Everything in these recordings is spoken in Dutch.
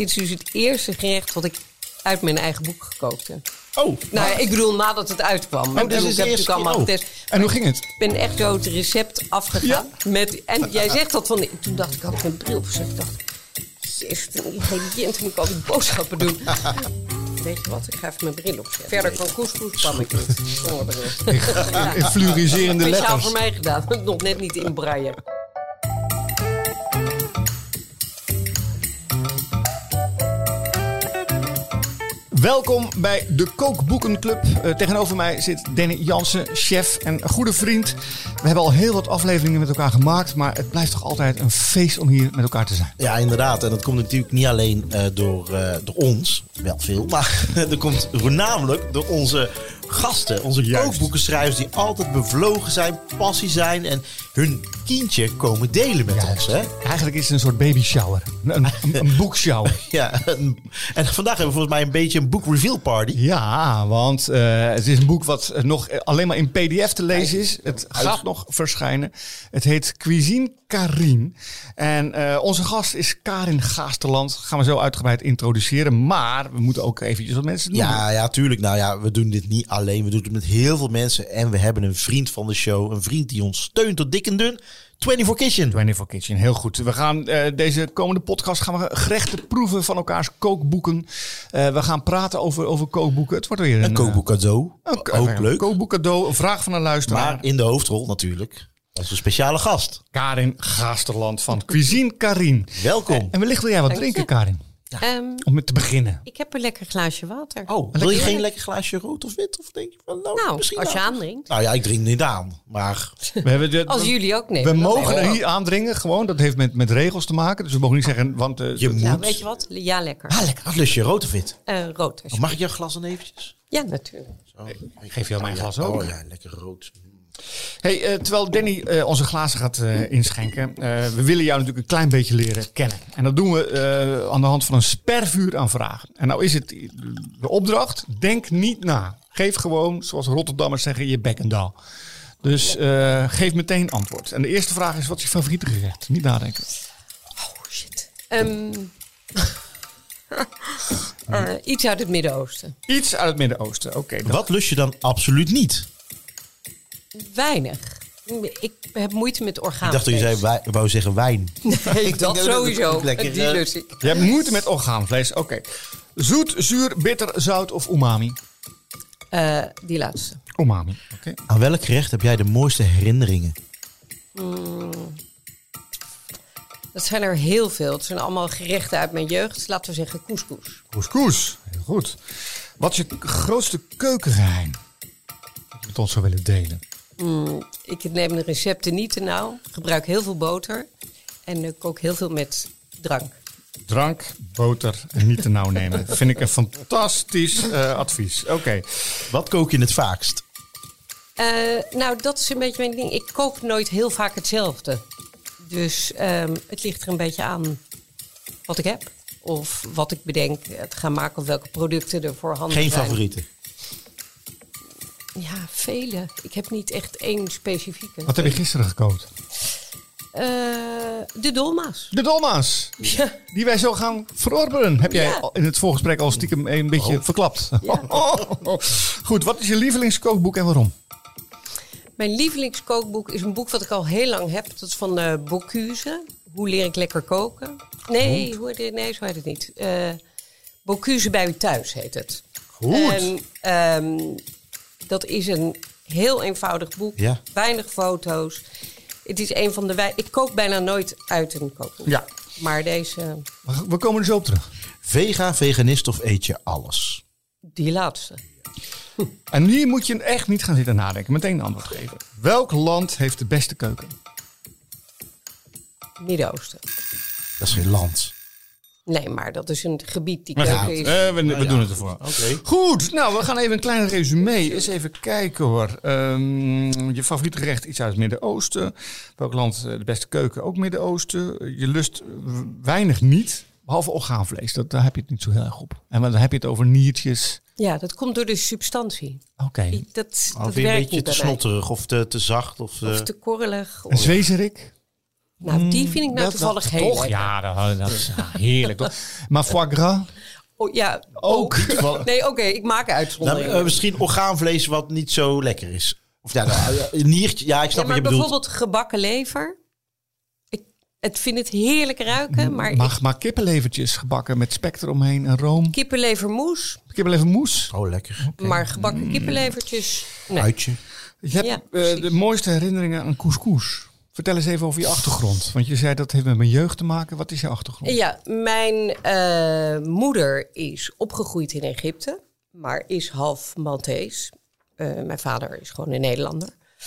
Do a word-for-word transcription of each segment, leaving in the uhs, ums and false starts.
Dit is dus het eerste gerecht wat ik uit mijn eigen boek gekookt heb. Oh. Nou ja, ik bedoel nadat het uitkwam. Oh, dus ik is heb eerst natuurlijk allemaal oh. getest. En hoe ging het? Ik ben echt zo het recept afgegaan. Ja. Met, en jij zegt dat van... Toen dacht ik, had ik mijn bril op. Ik dacht, zestien ingrediënten moet ik al die boodschappen doen. Weet je wat, ik ga even mijn bril opzetten. Verder van couscous kwam ik niet. Ja. In fluoriserende letters. Speciaal voor mij gedaan. Nog net niet in braille. Welkom bij de Kookboekenclub. Uh, tegenover mij zit Danny Jansen, chef en een goede vriend. We hebben al heel wat afleveringen met elkaar gemaakt, maar het blijft toch altijd een feest om hier met elkaar te zijn. Ja, inderdaad. En dat komt natuurlijk niet alleen uh, door, uh, door ons, wel veel, maar dat komt voornamelijk door onze gasten. Onze Juist. kookboekenschrijvers die altijd bevlogen zijn, passie zijn en hun kindje komen delen met Juist. ons. Hè? Eigenlijk is het een soort baby shower. Een, een, een boekshower. Ja, en, en vandaag hebben we volgens mij een beetje een boek reveal party. Ja, want uh, het is een boek wat nog alleen maar in P D F te lezen is. Het gaat nog verschijnen. Het heet Cuisine Karin. En uh, onze gast is Karin Gaasterland. Gaan we zo uitgebreid introduceren. Maar we moeten ook eventjes wat mensen noemen. Ja, ja, tuurlijk. Nou ja, we doen dit niet alleen. We doen het met heel veel mensen. En we hebben een vriend van de show. Een vriend die ons steunt tot dik en dun. twenty-four Kitchen. twenty-four Kitchen, heel goed. We gaan uh, deze komende podcast gaan we gerechten proeven van elkaars kookboeken. Uh, we gaan praten over, over kookboeken. Het wordt weer een, Een kookboek cadeau. Uh, Ook een leuk. Een kookboek cadeau, een vraag van een luisteraar. Maar in de hoofdrol natuurlijk. Als een speciale gast. Karin Gaasterland van Cuisine Karin. Welkom. En wellicht wil jij wat Dank drinken, je. Karin? Ja. Um, Om met te beginnen. ik heb een lekker glaasje water. Oh, wil je geen lekker glaasje rood of wit? Of denk je van, nou, Nou, misschien als je wel. aandringt. Nou ja, ik drink niet aan. Maar We hebben de, Als we, jullie ook nemen. we dan mogen nemen er we hier aandringen, gewoon. Dat heeft met, met regels te maken. Dus we mogen niet zeggen, want... Uh, je ook. moet... Nou, weet je wat? Ja, lekker. Ah, lekker. Wat lust je, rood of wit? Uh, rood. Of mag ik jouw glas dan eventjes? Ja, natuurlijk. Zo, ik geef jou mijn glas ja, ook. Oh ja, lekker rood. Hey, uh, terwijl Danny uh, onze glazen gaat uh, inschenken. Uh, we willen jou natuurlijk een klein beetje leren kennen. En dat doen we uh, aan de hand van een spervuur aan vragen. En nou is het de opdracht, denk niet na. Geef gewoon, zoals Rotterdammers zeggen, je bek en daal. Dus uh, geef meteen antwoord. En de eerste vraag is, wat is je favoriete gerecht? Niet nadenken. Oh, shit. Um, uh, iets uit het Midden-Oosten. Iets uit het Midden-Oosten, oké. Okay, Wat lust je dan absoluut niet? Weinig. Ik heb moeite met orgaanvlees. Ik dacht dat je zei, wij, wou zeggen wijn. Nee, Ik dat denk sowieso. dat lekker, Die uh, lust ik. Je hebt moeite met orgaanvlees, oké. Okay. Zoet, zuur, bitter, zout of umami? Uh, die laatste. Umami, oké. Okay. Aan welk gerecht heb jij de mooiste herinneringen? Mm. Dat zijn er heel veel. Het zijn allemaal gerechten uit mijn jeugd. Laten we zeggen couscous. Couscous, heel goed. Wat is je grootste keukengeheim? Dat je met ons zou willen delen. Mm, ik neem de recepten niet te nauw. Gebruik heel veel boter. En ik kook heel veel met drank. Drank, boter en niet te nauw nemen. Vind ik een fantastisch uh, advies. Oké. Okay. Wat kook je het vaakst? Uh, nou, dat is een beetje mijn ding. Ik kook nooit heel vaak hetzelfde. Dus um, het ligt er een beetje aan wat ik heb. Of wat ik bedenk te gaan maken. Of welke producten er voorhanden zijn. Geen favorieten? Ja, vele. Ik heb niet echt één specifieke. Wat heb je gisteren gekookt? Uh, de dolma's. De dolma's. Ja. Die wij zo gaan verorberen. Heb jij ja. in het voorgesprek al stiekem een beetje oh. verklapt. Ja. Oh, oh, oh. Goed, wat is je lievelingskookboek en waarom? Mijn lievelingskookboek is een boek wat ik al heel lang heb. Dat is van uh, Bocuse. Hoe leer ik lekker koken? Nee, hoe, nee zo heet het niet. Uh, Bocuse bij u thuis heet het. Goed. En, um, dat is een heel eenvoudig boek. Ja. Weinig foto's. Het is een van de wij- Ik kook bijna nooit uit een kookboek. Ja. Maar deze... We komen er zo op terug. Vega, veganist of eet je alles? Die laatste. En hier moet je echt niet gaan zitten nadenken. Meteen een antwoord geven. Welk land heeft de beste keuken? Midden-Oosten. Dat is geen land. Nee, maar dat is een gebied die Maar keuken goed, is. uh, we, we nou, doen ja. het ervoor. Okay. Goed, nou, we gaan even een klein resume. Eens even kijken hoor. Um, je favoriete gerecht, iets uit het Midden-Oosten. Welk land de beste keuken? Ook Midden-Oosten. Je lust weinig niet, behalve orgaanvlees. Dat, daar heb je het niet zo heel erg op. En dan heb je het over niertjes. Ja, dat komt door de substantie. Oké. Okay. Dat, Alweer dat een werkt beetje niet te bij mij. snotterig of te, te zacht. Of, uh... Of te korrelig. Of... En zwezerik? Nou, die vind ik nou Dat- toevallig dat, heel toch? lekker. Ja, dat, dat is ja, heerlijk. Toch? Maar foie gras? Oh, ja, Ook. ook. Nee, oké, ik maak Nou, uitzonderingen. eh, misschien orgaanvlees wat niet zo lekker is. Of ja, nou, een niertje. Ja, ik ja, snap maar wat je bedoelt. bijvoorbeeld gebakken lever. Ik het vind het heerlijk ruiken, maar Maar, maar kippenlevertjes gebakken met spek eromheen en room. ik, kippenlevermoes, Kippenlevermoes. Oh, lekker. maar gebakken kippenlevertjes. Nee. Uitje. Je hebt Ja, eh, precies. de mooiste herinneringen aan couscous. Vertel eens even over je achtergrond. Want je zei dat heeft met mijn jeugd te maken. Wat is je achtergrond? Ja, mijn eh, moeder is opgegroeid in Egypte, maar is half Maltees. Eh, mijn vader is gewoon een Nederlander.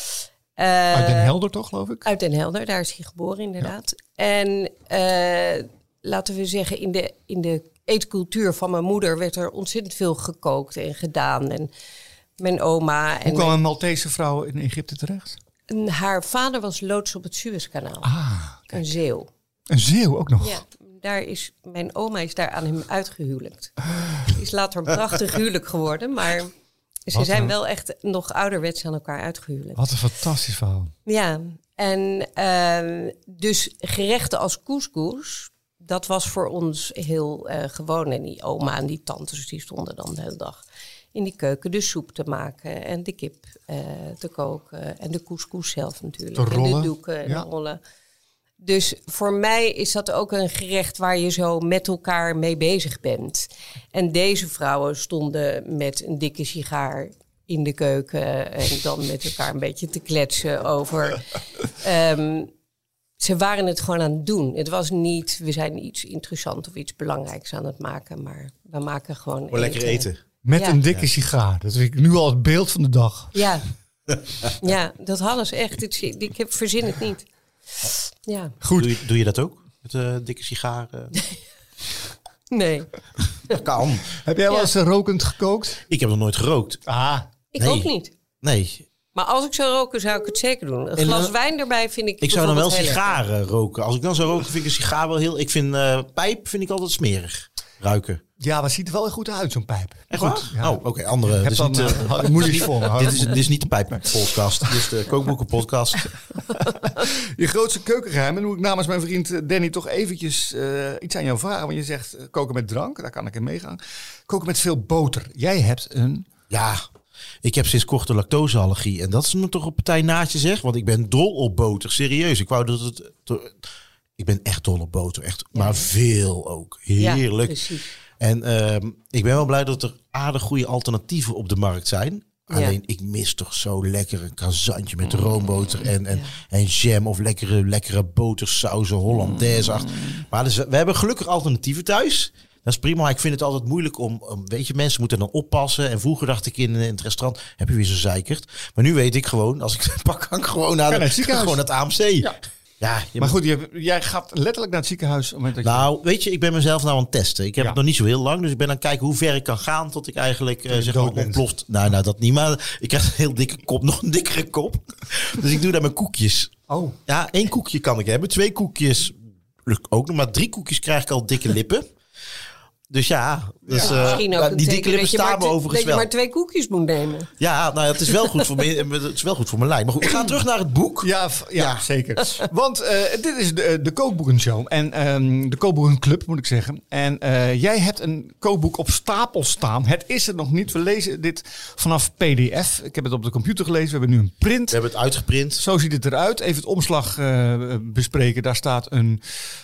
Eh, Uit Den Helder toch, geloof ik? Uit Den Helder, daar is hij geboren inderdaad. En eh, laten we zeggen, in de, in de eetcultuur van mijn moeder werd er ontzettend veel gekookt en gedaan. En mijn oma Hoe en kwam een Maltese vrouw in Egypte terecht? mijn- haar vader was loods op het Suezkanaal. Ah, Een Zeeuw. een Zeeuw ook nog. Ja, daar is, mijn oma is daar aan hem uitgehuwelijkt. Die is later een prachtig huwelijk geworden, maar ze Wat zijn een- wel echt nog ouderwets aan elkaar uitgehuwelijkt. Wat een fantastisch verhaal. Ja, en ehm, dus gerechten als couscous, dat was voor ons heel eh, gewoon. En die oma en die tantes, die stonden dan de hele dag in die keuken de soep te maken en de kip eh, te koken en de couscous zelf natuurlijk. Te rollen, En de doeken en ja. de rollen. Dus voor mij is dat ook een gerecht waar je zo met elkaar mee bezig bent. En deze vrouwen stonden met een dikke sigaar in de keuken en dan met elkaar een beetje te kletsen over. Ehm, ze waren het gewoon aan het doen. Het was niet, we zijn iets interessants of iets belangrijks aan het maken, maar we maken gewoon Voor lekker eten. Met Ja. een dikke sigaar. Dat vind ik nu al het beeld van de dag. Ja, ja, dat hadden ze echt. Het- Ik heb verzin het niet. Ja, Goed. Doe je, doe je dat ook? Met uh, dikke sigaren? nee. Dat kan. Heb jij wel Ja. eens eh, rokend gekookt? Ik heb nog nooit gerookt. Ah, Ik Nee. ook niet. Nee. Maar als ik zou roken, zou ik het zeker doen. Een En, glas eh, wijn erbij vind ik Ik zou dan wel bijvoorbeeld heel lekker. sigaren roken. Als ik dan zou roken, vind ik een sigaar wel heel... Ik vind uh, pijp vind ik altijd smerig. Ruiken. ja, maar het ziet er wel goed uit, zo'n pijp. Echt Goed, waar? ja. Oh, oké. Okay, andere. Heb Dit is, dan, niet, eh, uh, moeilijk voor me. dit, is, dit is niet de pijppodcast. Dit is de kookboekenpodcast. Je grootste keukengeheim. En dan moet ik namens mijn vriend eh, Danny toch eventjes eh, iets aan jou vragen. Want je zegt eh, koken met drank, daar kan ik in meegaan. Koken met veel boter. Jij hebt een... Ja, ik heb sinds kort een lactoseallergie. En dat is me toch een partij naadje zeg. Want ik ben dol op boter. Serieus. Ik wou dat het... Ik ben echt dol op boter. Echt. Ja. Maar veel ook. Ja, Heerlijk. precies. En ehm, ik ben wel blij dat er aardig goede alternatieven op de markt zijn. Ja. Alleen ik mis toch zo lekker een kazantje met roomboter en, en, Ja. en jam of lekkere, lekkere botersauzen, Hollandaise. achter. Maar dus, we hebben gelukkig alternatieven thuis. Dat is prima, maar ik vind het altijd moeilijk om, om... Weet je, mensen moeten dan oppassen. En vroeger dacht ik in, in het restaurant, heb je weer zo zeikerd. Maar nu weet ik gewoon, als ik het pak, kan ik gewoon naar, naar de, het ziekenhuis. gewoon naar het A M C. Ja. Ja, je Maar moet- goed, je, jij gaat letterlijk naar het ziekenhuis. Op het moment dat je- nou, weet je, ik ben mezelf nou aan het testen. Ik heb Ja. het nog niet zo heel lang, dus ik ben aan het kijken hoe ver ik kan gaan tot ik eigenlijk eh, je zeg maar dood bent. ontploft. Nou, nou, dat niet, maar ik krijg een heel dikke kop, nog een dikkere kop. Dus ik doe daar mijn koekjes. Oh, Ja, één koekje kan ik hebben, twee koekjes lukt ook nog, maar drie koekjes krijg ik al dikke lippen. Dus ja, dus, Ja, eh, misschien ook nou, een die teken dikke lippen dat je maar staan me te- overigens dat je wel. maar twee koekjes moet nemen. Ja, nou, het is wel goed voor me. Het is wel goed voor mijn lijn. Maar goed, we gaan terug naar het boek. ja, f- ja, Ja. zeker. Want eh, dit is de, de kookboekenshow. En ehm, de kookboekenclub, moet ik zeggen. En eh, jij hebt een kookboek op stapel staan. Het is er nog niet. We lezen dit vanaf P D F. Ik heb het op de computer gelezen. We hebben nu een print. We hebben het uitgeprint. Zo ziet het eruit. Even het omslag eh, bespreken. Daar staat een,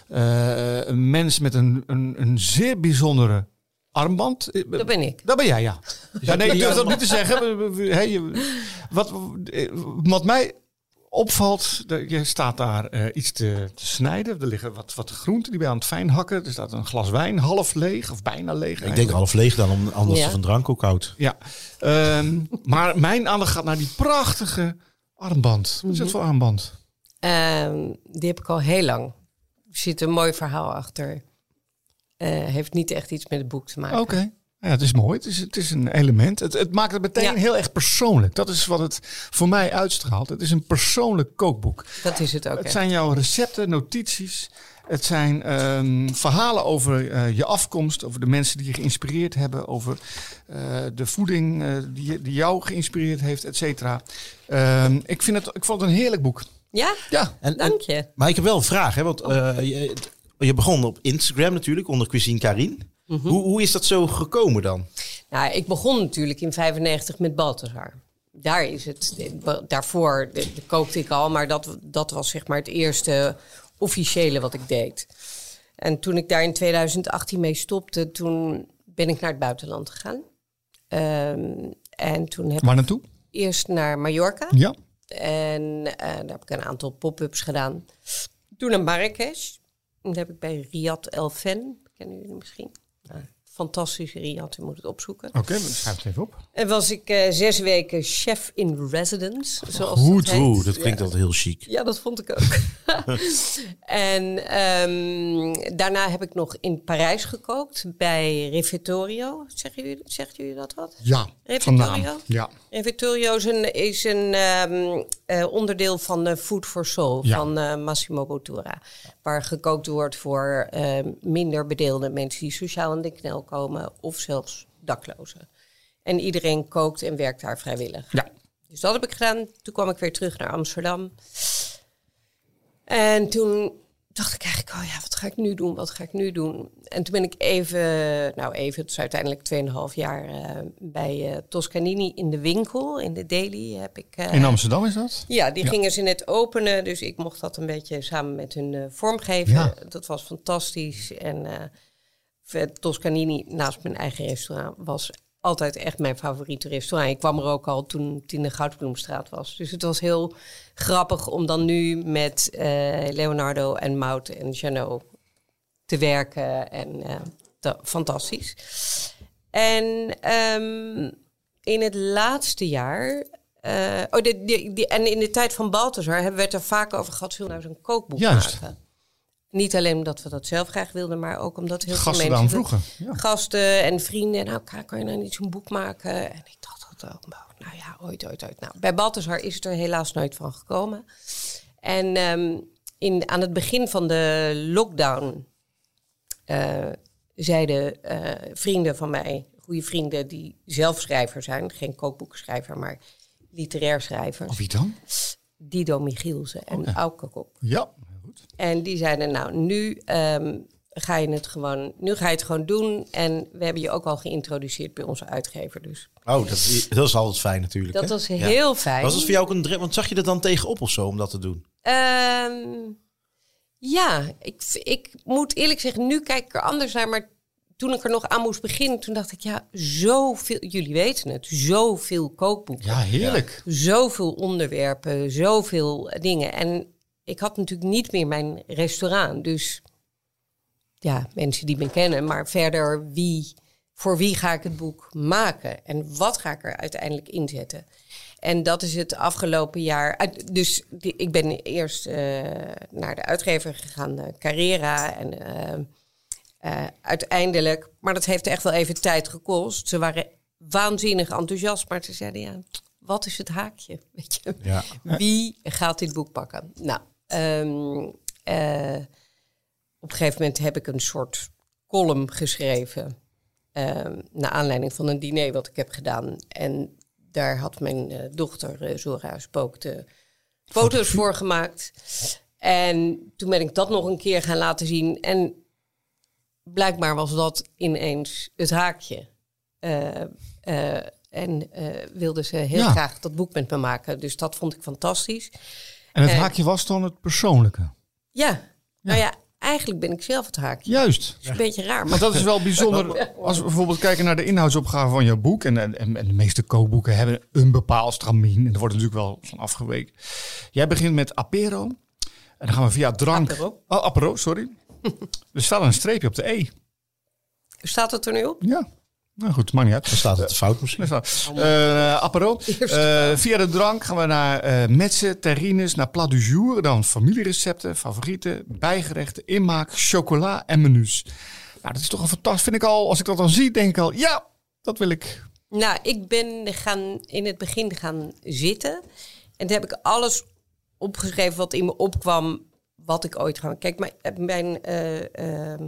eh, een mens met een, een, een zeer bijzondere armband. Dat ben ik. Dat ben jij, ja. ja nee, ik durf dat niet te zeggen. We- we- we- hey, je- wat, wat mij opvalt, dat je staat daar eh, iets te, te snijden. Er liggen wat, wat groenten die ben je aan het fijn hakken. Er staat een glas wijn, half leeg of bijna leeg. Ik denk eigenlijk. half leeg dan, om- anders Ja. is een drank ook koud. Ja, Ehm, maar mijn aandacht gaat naar die prachtige armband. Wat is dat voor armband? Ehm, die heb ik al heel lang. Er zit een mooi verhaal achter. Eh, heeft niet echt iets met het boek te maken. Oké. Ja, het is mooi. Het is, het is een element. Het, het maakt het meteen Ja. heel erg persoonlijk. Dat is wat het voor mij uitstraalt. Het is een persoonlijk kookboek. Dat is het ook. Het echt. zijn jouw recepten, notities. Het zijn ehm, verhalen over eh, je afkomst, over de mensen die je geïnspireerd hebben, over eh, de voeding eh, die, die jou geïnspireerd heeft, et cetera. Ehm, ik, vind het, ik vond het een heerlijk boek. Ja? Ja. En, Dank je. En, maar ik heb wel een vraag. Hè, want uh, je, je begon op Instagram natuurlijk, onder Cuisine Karin. Mm-hmm. Hoe, hoe is dat zo gekomen dan? Nou, ik begon natuurlijk in vijfennegentig met Balthazar. Daar is het. Daarvoor de, de kookte ik al, maar dat, dat was zeg maar het eerste officiële wat ik deed. En toen ik daar in tweeduizend achttien mee stopte, toen ben ik naar het buitenland gegaan. Um, en toen heb Waar naartoe? Ik eerst naar Mallorca. Ja. En uh, daar heb ik een aantal pop-ups gedaan. Toen naar Marrakesh. En dat heb ik bij Riyad El Fen. Kennen jullie misschien? Nou, fantastische Riyad, je moet het opzoeken. Oké, okay, schrijf het even op. En was ik uh, zes weken chef in residence, zoals Goed, dat heet. Oeh, dat klinkt ja. altijd heel chic. Ja, dat vond ik ook. En um, daarna heb ik nog in Parijs gekookt bij Refettorio. Zeggen jullie, zegt jullie dat wat? Ja, Refettorio. Ja. Refettorio is een, is een um, uh, onderdeel van uh, Food for Soul ja. van uh, Massimo Bottura. Waar gekookt wordt voor uh, minder bedeelde mensen die sociaal in de knel komen of zelfs daklozen. En iedereen kookt en werkt daar vrijwillig. Ja. Dus dat heb ik gedaan. Toen kwam ik weer terug naar Amsterdam. En toen dacht ik eigenlijk, oh ja, wat ga ik nu doen? Wat ga ik nu doen? En toen ben ik even, nou even, het is uiteindelijk tweeënhalf jaar uh, bij uh, Toscanini in de winkel, in de Daily heb ik... Uh, in Amsterdam is dat? Ja, die ja. gingen ze net openen, dus ik mocht dat een beetje samen met hun uh, vormgeven. Ja. Dat was fantastisch. En uh, Toscanini, naast mijn eigen restaurant, was altijd echt mijn favoriete restaurant. Ik kwam er ook al toen het in de Goudbloemstraat was. Dus het was heel grappig om dan nu met uh, Leonardo en Maud en Jeannot te werken. En uh, te, fantastisch. En um, in het laatste jaar... Uh, oh, de, de, de, en in de tijd van Balthazar hebben we het er vaak over gehad. Zullen we nou zo'n kookboek Juist. maken? Niet alleen omdat we dat zelf graag wilden, maar ook omdat heel gasten veel mensen... vroegen. Ja. Gasten en vrienden. Nou, kan je nou niet zo'n boek maken? En ik dacht dat ook. Nou ja, ooit, ooit, ooit. Nou, bij Balthazar is het er helaas nooit van gekomen. En um, in, aan het begin van de lockdown uh, zeiden uh, vrienden van mij, goede vrienden die zelf schrijver zijn, geen kookboekschrijver, maar literair schrijver. Of wie dan? Dido Michielsen en okay. Auke Kok. Ja. En die zeiden, nou, nu um, ga je het gewoon, nu ga je het gewoon doen. En we hebben je ook al geïntroduceerd bij onze uitgever. Dus. Oh, dat is, dat is altijd fijn natuurlijk. Dat hè? was heel ja. fijn. Was het voor jou ook een drempel? Want zag je er dan tegenop of zo om dat te doen? Um, ja, ik, ik moet eerlijk zeggen, nu kijk ik er anders naar. Maar toen ik er nog aan moest beginnen, toen dacht ik, ja, zoveel, jullie weten het, zoveel kookboeken. Ja, heerlijk. Ja. Zoveel onderwerpen, zoveel dingen. En ik had natuurlijk niet meer mijn restaurant. Dus ja, mensen die me kennen. Maar verder, wie, voor wie ga ik het boek maken? En wat ga ik er uiteindelijk inzetten? En dat is het afgelopen jaar. Dus ik ben eerst uh, naar de uitgever gegaan, uh, Carrera. En uh, uh, uiteindelijk, maar dat heeft echt wel even tijd gekost. Ze waren waanzinnig enthousiast. Maar ze zeiden, ja, wat is het haakje? Weet je? Ja. Wie gaat dit boek pakken? Nou. Um, uh, op een gegeven moment heb ik een soort column geschreven. Um, naar aanleiding van een diner wat ik heb gedaan. En daar had mijn uh, dochter uh, Zora Spook de foto's voor gemaakt. En toen ben ik dat nog een keer gaan laten zien. En blijkbaar was dat ineens het haakje. Uh, uh, en uh, wilde ze heel ja. graag dat boek met me maken. Dus dat vond ik fantastisch. En het haakje was dan het persoonlijke? Ja, ja. Nou ja, eigenlijk ben ik zelf het haakje. Juist. Dat is een beetje raar. Maar Want dat is wel bijzonder. Als we bijvoorbeeld kijken naar de inhoudsopgave van jouw boek. En, en, en de meeste kookboeken hebben een bepaald stramien. En er wordt natuurlijk wel van afgeweken. Jij begint met apero. En dan gaan we via drank... Apero. Oh, apero, sorry. Er staat een streepje op de E. Staat het er nu op? Ja. Nou goed, maakt niet uit. Dan staat het fout misschien. Uh, apero. Uh, via de drank gaan we naar uh, metsen, terrines, naar plat du jour. Dan familierecepten, favorieten, bijgerechten, inmaak, chocola en menus. Nou, dat is toch een fantastisch. Vind ik al, als ik dat dan zie, denk ik al, ja, dat wil ik. Nou, ik ben gaan, in het begin gaan zitten. En toen heb ik alles opgeschreven wat in me opkwam, wat ik ooit ga. Kijk, mijn... mijn uh, uh,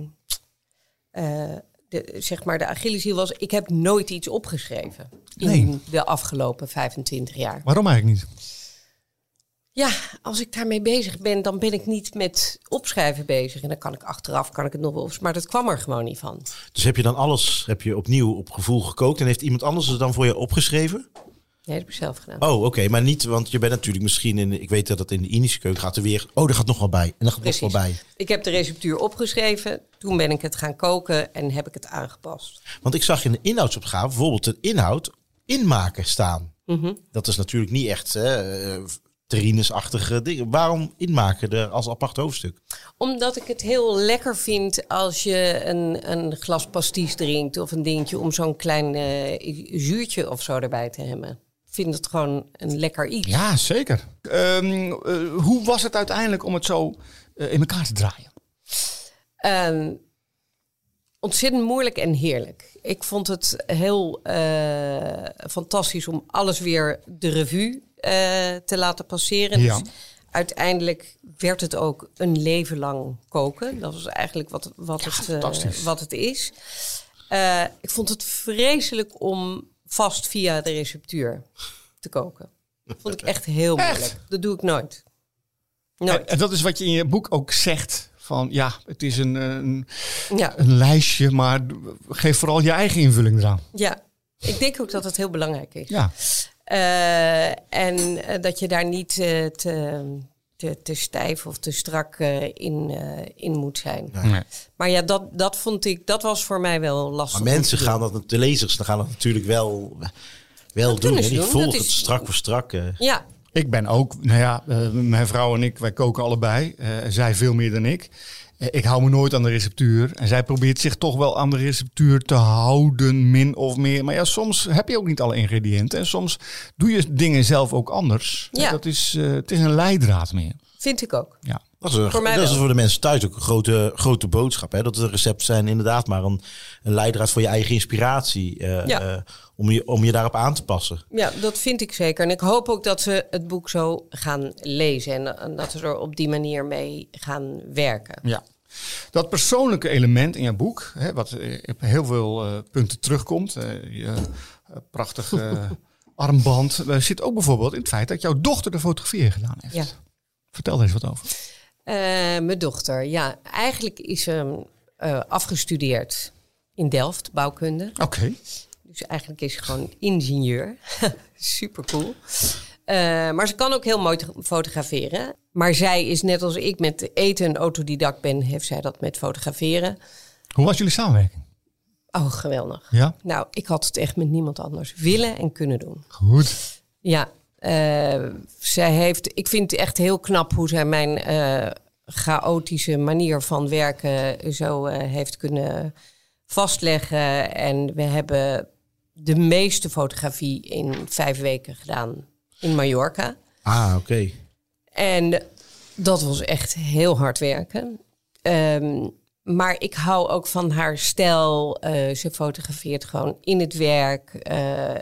uh, De, zeg maar de Achilleshiel was, ik heb nooit iets opgeschreven in nee. de afgelopen vijfentwintig jaar. Waarom eigenlijk niet? Ja, als ik daarmee bezig ben, dan ben ik niet met opschrijven bezig. En dan kan ik achteraf, kan ik het nog wel opschrijven. Maar dat kwam er gewoon niet van. Dus heb je dan alles heb je opnieuw op gevoel gekookt en heeft iemand anders het dan voor je opgeschreven? Nee, dat heb ik zelf gedaan. Oh, oké. Okay. Maar niet, want je bent natuurlijk misschien in... Ik weet dat het in de Indische keuken gaat er weer... Oh, er gaat nog wel bij. En er gaat nog wel bij. Ik heb de receptuur opgeschreven. Toen ben ik het gaan koken en heb ik het aangepast. Want ik zag in de inhoudsopgave bijvoorbeeld de inhoud inmaken staan. Mm-hmm. Dat is natuurlijk niet echt uh, terrinesachtige dingen. Waarom inmaken er als apart hoofdstuk? Omdat ik het heel lekker vind als je een, een glas pastis drinkt of een dingetje om zo'n klein uh, zuurtje of zo erbij te hebben. Ik vind het gewoon een lekker iets. Ja, zeker. Um, uh, hoe was het uiteindelijk om het zo uh, in elkaar te draaien? Um, ontzettend moeilijk en heerlijk. Ik vond het heel uh, fantastisch om alles weer de revue uh, te laten passeren. Ja. Dus uiteindelijk werd het ook een leven lang koken. Dat was eigenlijk wat, wat, ja, het, uh, wat het is. Uh, ik vond het vreselijk om vast via de receptuur te koken. Dat vond ik echt heel moeilijk. Echt? Dat doe ik nooit. nooit. En, en dat is wat je in je boek ook zegt. Van ja, het is een, een, ja. een lijstje, maar geef vooral je eigen invulling eraan. Ja, ik denk ook dat het heel belangrijk is. Ja. Uh, en uh, dat je daar niet uh, te, te, te stijf of te strak uh, in, uh, in moet zijn. Ja. Nee. Maar ja, dat, dat vond ik, dat was voor mij wel lastig. Maar mensen gaan dat, de lezers, dan gaan dat natuurlijk wel, wel doen. En die doen. volgen is... het strak voor strak. Uh. Ja. Ik ben ook, nou ja, uh, mijn vrouw en ik, wij koken allebei. Uh, zij veel meer dan ik. Uh, ik hou me nooit aan de receptuur. En zij probeert zich toch wel aan de receptuur te houden, min of meer. Maar ja, soms heb je ook niet alle ingrediënten. En soms doe je dingen zelf ook anders. Ja. Dat is, uh, het is een leidraad meer. Vind ik ook. Ja. Dat is, een, voor, mij dat is wel. voor de mensen thuis ook een grote, grote boodschap. Hè? Dat de recepten zijn inderdaad maar een, een leidraad voor je eigen inspiratie. Uh, ja. uh, om, je, om je daarop aan te passen. Ja, dat vind ik zeker. En ik hoop ook dat ze het boek zo gaan lezen. En, en dat ze er op die manier mee gaan werken. Ja. Dat persoonlijke element in je boek, hè, wat op heel veel uh, punten terugkomt. Uh, je uh, prachtige uh, armband. Uh, zit ook bijvoorbeeld in het feit dat jouw dochter de fotografie gedaan heeft. Ja. Vertel er eens wat over. Uh, mijn dochter, ja. Eigenlijk is ze uh, afgestudeerd in Delft, bouwkunde. Oké. Okay. Dus eigenlijk is ze gewoon ingenieur. Super cool. Uh, maar ze kan ook heel mooi fotograferen. Maar zij is net als ik met eten een autodidact ben, heeft zij dat met fotograferen. Hoe was jullie samenwerking? Oh, geweldig. Ja? Nou, ik had het echt met niemand anders willen en kunnen doen. Goed. Ja, uh, zij heeft. Ik vind het echt heel knap hoe zij mijn uh, chaotische manier van werken zo uh, heeft kunnen vastleggen. En we hebben de meeste fotografie in vijf weken gedaan in Mallorca. Ah, oké. Okay. En dat was echt heel hard werken. Um, maar ik hou ook van haar stijl. Uh, ze fotografeert gewoon in het werk. Uh,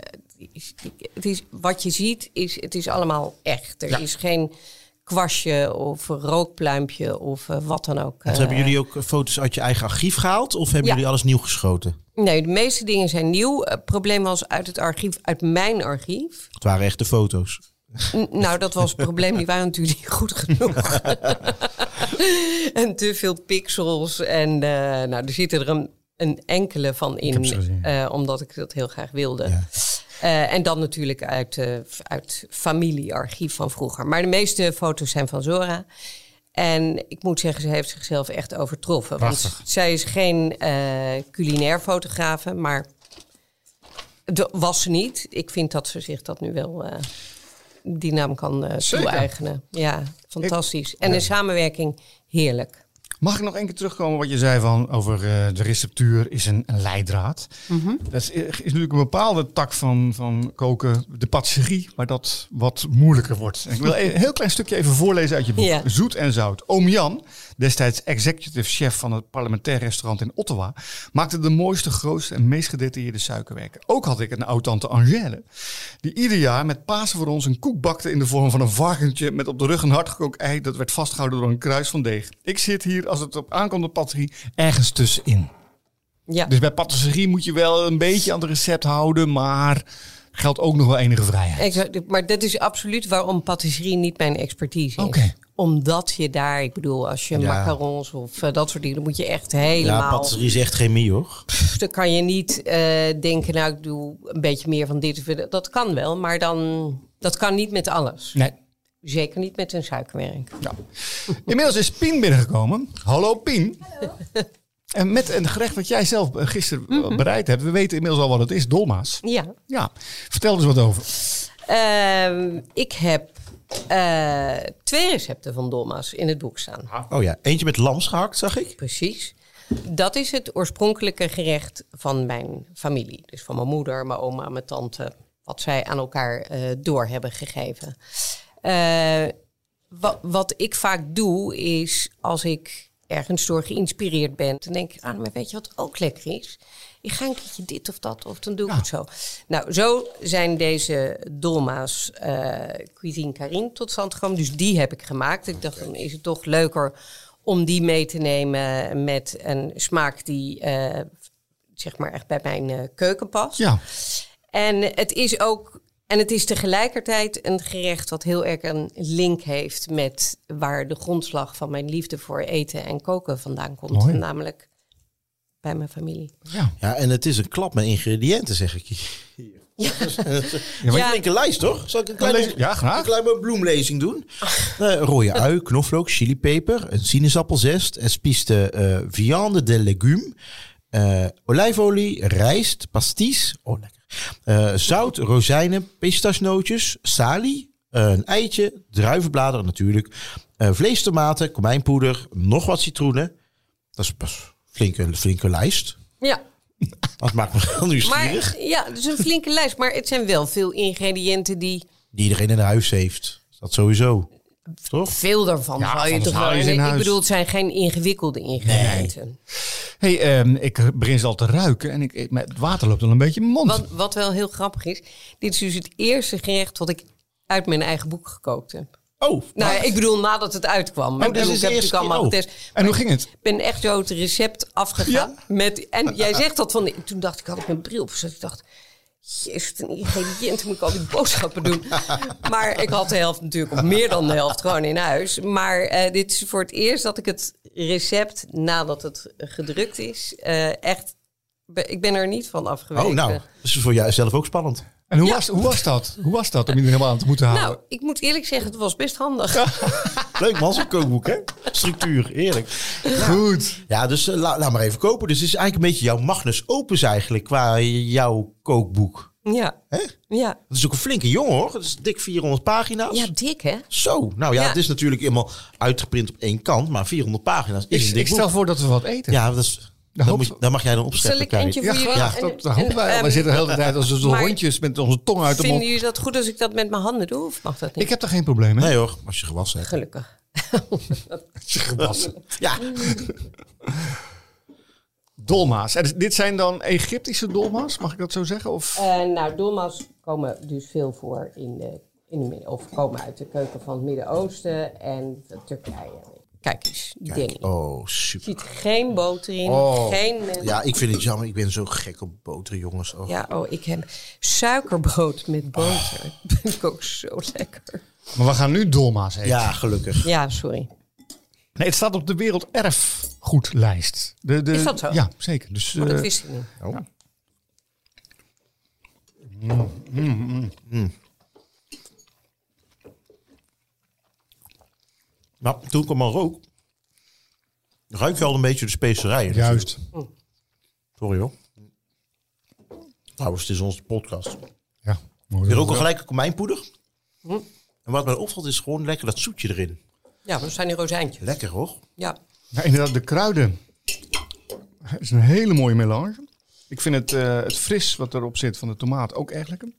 het is, wat je ziet, is, het is allemaal echt. Er ja. is geen kwastje of rookpluimpje of uh, wat dan ook. Uh, hebben jullie ook foto's uit je eigen archief gehaald? Of hebben ja. jullie alles nieuw geschoten? Nee, de meeste dingen zijn nieuw. Het probleem was uit het archief, uit mijn archief. Het waren echte foto's. N- nou, dat was het probleem. Die waren natuurlijk niet goed genoeg. En te veel pixels. En uh, nou, er zitten er een, een enkele van in. Uh, omdat ik dat heel graag wilde. Ja. Uh, en dan natuurlijk uit, uh, uit familiearchief van vroeger. Maar de meeste foto's zijn van Zora. En ik moet zeggen, ze heeft zichzelf echt overtroffen. Prachtig. Want zij is geen uh, culinair fotografe, maar d- was ze niet. Ik vind dat ze zich dat nu wel... Uh, die naam kan uh, toe-eigenen. Ja, fantastisch. Ik, en ja. de samenwerking, heerlijk. Mag ik nog één keer terugkomen wat je zei van over uh, de receptuur is een, een leidraad. Mm-hmm. Dat is, is natuurlijk een bepaalde tak van, van koken, de patisserie, waar dat wat moeilijker wordt. En ik wil een heel klein stukje even voorlezen uit je boek. Ja. Zoet en zout. Oom Jan, destijds executive chef van het parlementair restaurant in Ottawa, maakte de mooiste, grootste en meest gedetailleerde suikerwerken. Ook had ik een oud-tante Angèle, die ieder jaar met Pasen voor ons een koek bakte in de vorm van een varkentje met op de rug een hardgekookt ei dat werd vastgehouden door een kruis van deeg. Ik zit hier, als het op aankomt op patisserie, ergens tussenin. Ja. Dus bij patisserie moet je wel een beetje aan het recept houden, maar geldt ook nog wel enige vrijheid. Exact, maar dat is absoluut waarom patisserie niet mijn expertise is. Oké. Omdat je daar, ik bedoel, als je Ja. macarons of uh, dat soort dingen, dan moet je echt helemaal... Ja, patisserie is echt chemie, hoor. Pff, dan kan je niet uh, denken, nou, ik doe een beetje meer van dit. Of dat. Dat kan wel, maar dan, dat kan niet met alles. Nee. Zeker niet met een suikerwerk. Ja. Inmiddels is Pien binnengekomen. Hallo Pien. Hallo. En met een gerecht wat jij zelf gisteren mm-hmm. bereid hebt. We weten inmiddels al wat het is, dolma's. Ja. Ja. Vertel eens wat over. Uh, ik heb uh, twee recepten van dolma's in het boek staan. Oh ja, eentje met lams gehakt, zag ik. Precies. Dat is het oorspronkelijke gerecht van mijn familie. Dus van mijn moeder, mijn oma, mijn tante. Wat zij aan elkaar uh, door hebben gegeven. Uh, wat, wat ik vaak doe is als ik ergens door geïnspireerd ben, dan denk ik, ah, maar weet je wat ook lekker is? Ik ga een keertje dit of dat, of dan doe ik ja. het zo. Nou, zo zijn deze dolma's uh, Cuisine Carine tot stand gekomen. Dus die heb ik gemaakt. Ik dacht, dan is het toch leuker om die mee te nemen met een smaak die uh, zeg maar echt bij mijn uh, keuken past. Ja. En het is ook... En het is tegelijkertijd een gerecht wat heel erg een link heeft met waar de grondslag van mijn liefde voor eten en koken vandaan komt. Mooi. Namelijk bij mijn familie. Ja. Ja, en het is een klap met ingrediënten, zeg ik je. Ja. Ja, Ja. een lijst, toch? Zal ik een kleine, Ja, graag. een kleine bloemlezing doen? Uh, rode ui, knoflook, chilipeper, een sinaasappelzest, espiste uh, viande de légumes, uh, olijfolie, rijst, pastis, oh lekker. Uh, zout, rozijnen, pistachenootjes, salie, uh, een eitje, druivenbladeren natuurlijk, uh, vleestomaten, komijnpoeder, nog wat citroenen. Dat is pas flinke, flinke lijst. Ja. Dat maakt me wel nieuwsgierig. Maar ja, dus een flinke lijst. Maar het zijn wel veel ingrediënten die... Die iedereen in huis heeft. Dat sowieso. Toch? Veel daarvan Ja, zou je anders toch haal wel... je ze in Ik huis. bedoel, het zijn geen ingewikkelde ingrediënten. Hey, um, ik begin ze al te ruiken en ik, ik, het water loopt al een beetje in mijn mond. Wat, wat wel heel grappig is, dit is dus het eerste gerecht wat ik uit mijn eigen boek gekookt heb. Oh, Nou, maar- ik bedoel nadat het uitkwam. Oh, Ik dus bedoel, is ik de heb eerste natuurlijk allemaal keer- getest. En hoe ging het? Ik ben echt zo het recept afgegaan. Met, en jij zegt dat van... Toen dacht ik, had ik mijn bril op. Dus ik dacht, jezus, een ingrediënt, moet ik al die boodschappen doen. Maar ik had de helft natuurlijk, of meer dan de helft, gewoon in huis. Maar uh, dit is voor het eerst dat ik het recept, nadat het gedrukt is, uh, echt... be- Ik ben er niet van afgeweken. Oh, nou, dat is voor jou zelf ook spannend. En hoe, Ja. was, hoe was dat? Hoe was dat om je er helemaal aan te moeten houden? Nou, ik moet eerlijk zeggen, het was best handig. Leuk man, zo'n kookboek, hè? Structuur, heerlijk. Goed. Ja, dus uh, la- laat maar even kopen. Dus het is eigenlijk een beetje jouw magnus opus eigenlijk qua jouw kookboek. Ja. Hè? Ja. Dat is ook een flinke jongen, hoor. Het is dik vierhonderd pagina's. Ja, dik hè? Zo, nou ja, Ja. het is natuurlijk helemaal uitgeprint op één kant, maar vierhonderd pagina's is Ik, een dik ik stel boek. voor dat we wat eten. Ja, dat is, Dan dat, hoop- moet, je- dat mag jij dan Zal opscheppen, ik Karin. eentje Ja, voor jullie? graag. En- Dat, dat hopen wij. en, We zitten de hele tijd als een soort maar- hondjes met onze tong uit de Vinden mond. jullie dat goed als ik dat met mijn handen doe? Of mag dat niet? Ik heb daar geen probleem mee. Nee hoor, als je gewassen hebt. Gelukkig. Ja, Dolma's. En dit zijn dan Egyptische dolma's, mag ik dat zo zeggen? Of? Uh, nou, dolma's komen dus veel voor in de, in de midden, of komen uit de keuken van het Midden-Oosten en Turkije. Kijk eens, die Danny. oh Er super. zit geen boter in, Oh. geen... uh, Ja, ik vind het jammer. Ik ben zo gek op boter, jongens. Oh. Ja, oh, ik heb suikerbrood met boter. Dat vind ik ook zo lekker. Maar we gaan nu dolma's eten. Ja, gelukkig. Ja, sorry. Nee, het staat op de werelderfgoedlijst. De, de, Is dat zo? Ja, zeker. Dus, Maar dat eh, wist ik niet. Oh. Nou, toen ik hem al rook, ruik je al een beetje de specerijen. juist. Sorry hoor. Nou, het is onze podcast. Ja. Je rookt al gelijk een komijnpoeder. En wat mij opvalt is gewoon lekker dat zoetje erin. Ja, maar dat zijn die rozijntjes. Lekker hoor. Ja. Ja, inderdaad, de kruiden. Het is een hele mooie melange. Ik vind het, uh, het fris wat erop zit van de tomaat ook erg lekker.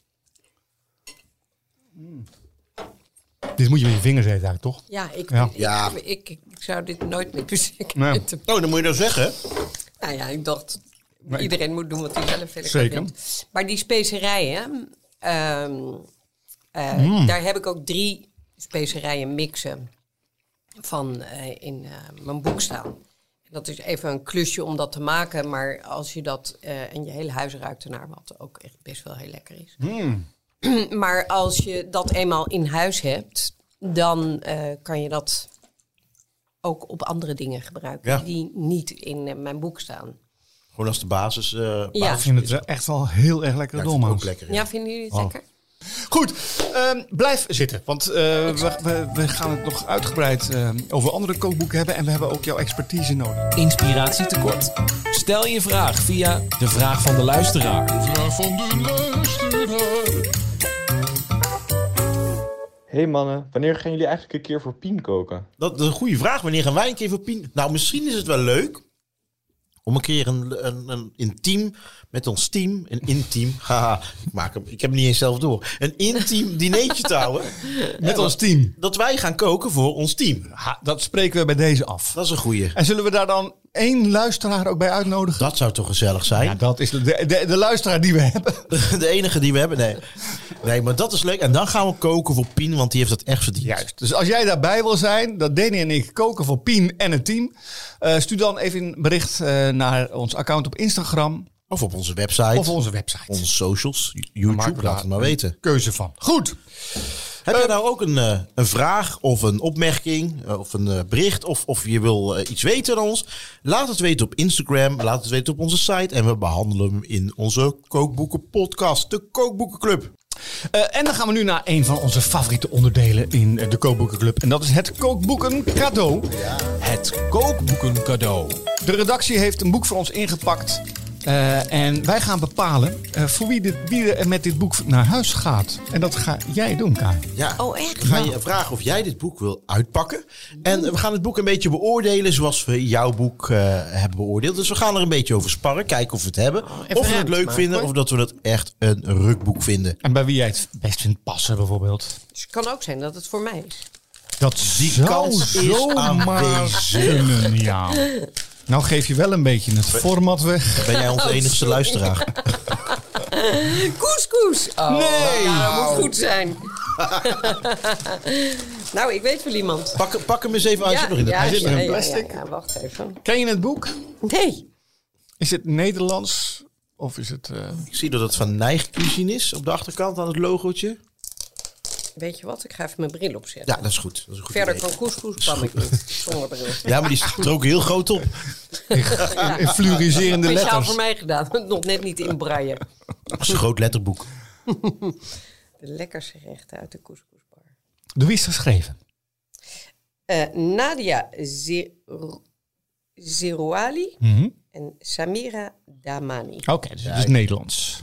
Mm. Dit moet je met je vingers eten eigenlijk, toch? Ja, ik, Ja. Ik, Ja. Ik, ik, ik zou dit nooit met muziek Nee. eten. Oh, dan moet je nou zeggen. Nou ja, ik dacht, Maar ik- iedereen moet doen wat hij zelf lekker Zeker. vindt. Maar die specerijen, ehm, eh, Mm. daar heb ik ook drie specerijen mixen van eh, in eh, mijn boek staan. Dat is even een klusje om dat te maken. Maar als je dat... Uh, en je hele huis ruikt ernaar, wat ook echt best wel heel lekker is. Mm. Maar als je dat eenmaal in huis hebt... dan uh, kan je dat ook op andere dingen gebruiken... Ja. die niet in uh, mijn boek staan. Gewoon als de basis. Uh, Ja. basis Ik vind het echt wel heel erg lekker ja, dolma's. ook lekker. Ja. Ja, vinden jullie het Oh. lekker? Goed, um, blijf zitten. Want uh, we, we, we gaan het nog uitgebreid uh, over andere kookboeken hebben. En we hebben ook jouw expertise nodig. Inspiratietekort? Stel je vraag via de vraag van de luisteraar. Vraag van de luisteraar. Hey mannen, wanneer gaan jullie eigenlijk een keer voor Pien koken? Dat is een goede vraag. Wanneer gaan wij een keer voor Pien? Nou, misschien is het wel leuk om een keer een, een, een intiem met ons team, een intiem, haha, ik maak hem, ik heb hem niet eens zelf door, een intiem dinertje te houden. Met ons team. Dat wij gaan koken voor ons team. Ha, dat spreken we bij deze af. Dat is een goeie. En zullen we daar dan één luisteraar ook bij uitnodigen? Dat zou toch gezellig zijn? Ja, dat is de, de, de, de luisteraar die we hebben. De enige die we hebben, nee. Nee, maar dat is leuk. En dan gaan we koken voor Pien, want die heeft dat echt verdiend. Juist. Dus als jij daarbij wil zijn, dat Danny en ik koken voor Pien en het team. Uh, stuur dan even een bericht uh, naar ons account op Instagram. Of op onze website. Of onze website. Onze socials. Dan YouTube, maken we laat daar het maar weten. Keuze van. Goed. Heb je nou ook een, uh, een vraag of een opmerking uh, of een uh, bericht of, of je wil uh, iets weten aan ons? Laat het weten op Instagram, laat het weten op onze site en we behandelen hem in onze Kookboeken podcast, de Kookboekenclub. Uh, en dan gaan we nu naar een van onze favoriete onderdelen in uh, de Kookboekenclub. En dat is het Kookboeken cadeau. Ja. Het kookboeken cadeau. De redactie heeft een boek voor ons ingepakt. Uh, en wij gaan bepalen uh, voor wie, dit, wie er met dit boek naar huis gaat. En dat ga jij doen, Kai. Ja, Oh, echt? we gaan je vragen of jij dit boek wil uitpakken. En we gaan het boek een beetje beoordelen zoals we jouw boek uh, hebben beoordeeld. Dus we gaan er een beetje over sparren, kijken of we het hebben. even of we het ruimte leuk maken, vinden hoor. of dat we het echt een rukboek vinden. En bij wie jij het best vindt passen, bijvoorbeeld. Dus het kan ook zijn dat het voor mij is. Dat Die zou kans is zomaar aanwezig. kunnen, ja. Nou geef je wel een beetje het format weg. Ben jij onze Oh, enigste sorry. luisteraar? Couscous! Oh, Nee. nou, dat moet goed zijn. Nou, ik weet wel iemand. Pak, pak hem eens even uit. Ja, Zit nog in het ja, Hij zit nog in ja, ja, plastic. Ja, ja, wacht even. Ken je het boek? Nee. Is het Nederlands of is het... Uh... Ik zie dat het van Nijgcuisine is op de achterkant aan het logootje. Weet je wat? Ik ga even mijn bril opzetten. Ja, dat is goed. Dat is een goed Verder idee. kan couscous kan ik niet. Zonder bril. Ja, maar die staat er ook heel groot op. Ja. in fluoriserende Speciaal letters. voor mij gedaan. Nog net niet in braille. Dat is een groot letterboek. De lekkerste gerechten uit de couscousbar. Door wie is het geschreven? Uh, Nadia Zer- Zerouali Mhm. en Samira Damani. Oké, okay, dus het is Nederlands.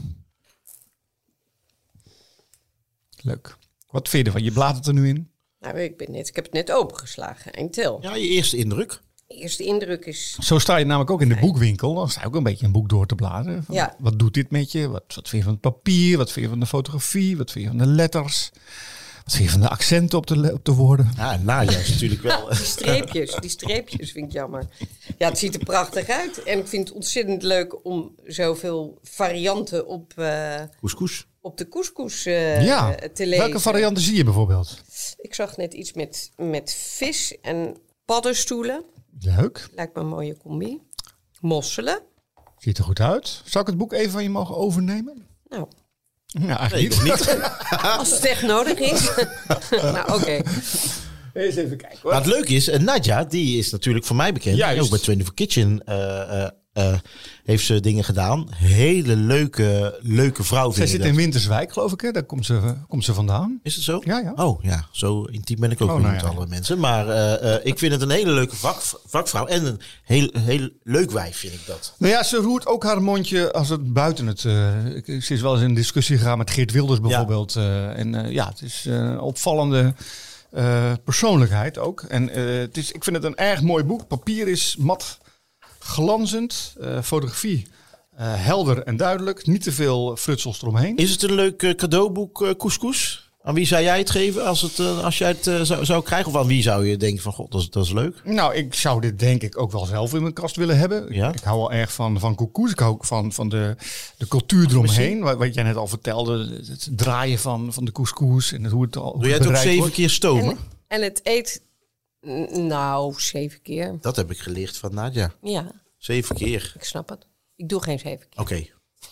Leuk. Wat vind je ervan? Je bladert er nu in. Nou, ik, ben net, ik heb het net opengeslagen. En tel. Ja, je eerste indruk. De eerste indruk is... Zo sta je namelijk ook in de boekwinkel. Dan sta je ook een beetje een boek door te bladeren. Van, Ja. Wat doet dit met je? Wat, wat vind je van het papier? Wat vind je van de fotografie? Wat vind je van de letters? Wat vind je van de accenten op de, le- op de woorden? Ja, Nadia is natuurlijk wel... Die streepjes, die streepjes vind ik jammer. Ja, het ziet er prachtig uit. En ik vind het ontzettend leuk om zoveel varianten op, uh, Couscous. op de couscous uh, Ja. te lezen. Welke varianten zie je bijvoorbeeld? Ik zag net iets met, met vis en paddenstoelen. Leuk. Lijkt me een mooie combi. Mosselen. Ziet er goed uit. Zou ik het boek even van je mogen overnemen? Nou, Ja, eigenlijk Nee, niet. als het echt nodig is. Nou, oké. Eens even kijken hoor. Maar het leuke is, uh, Nadja, die is natuurlijk voor mij bekend. Juist. En ook bij twenty-four Kitchen uh, uh, uh, heeft ze dingen gedaan. Hele leuke, leuke vrouw Zij vind ik zit dat. in Winterswijk, geloof ik. Hè? Daar komt ze, komt ze vandaan. Is het zo? Ja, ja. Oh ja, zo intiem ben ik ook Oh, weer nou met ja. alle mensen. Maar uh, uh, ik vind het een hele leuke vak, vakvrouw. En een heel, heel leuk wijf vind ik dat. Nou ja, ze roert ook haar mondje als het buiten het... Uh, ik- ze is wel eens in discussie gegaan met Geert Wilders bijvoorbeeld. Uh, en uh, ja, het is uh, een opvallende uh, persoonlijkheid ook. En uh, het is, ik vind het een erg mooi boek. Papier is mat, glanzend. Uh, fotografie uh, helder en duidelijk. Niet te veel frutsels eromheen. Is het een leuk uh, cadeauboek, uh, Couscous? Aan wie zou jij het geven als, het, uh, als jij het uh, zou, zou krijgen? Of aan wie zou je denken van, god, dat is, dat is leuk? Nou, ik zou dit denk ik ook wel zelf in mijn kast willen hebben. Ik- Ja? Ik, hou wel erg van, van couscous. Ik hou ook van, van de, de cultuur eromheen. Wat, wat jij net al vertelde. Het draaien van, van de couscous. En het, hoe het al hoe Doe jij het het ook bereid zeven wordt. keer stomen? En, en het eet N- nou, zeven keer. Dat heb ik geleerd van Nadja. Ja, Zeven keer. ik snap het. Ik doe geen zeven keer. Oké.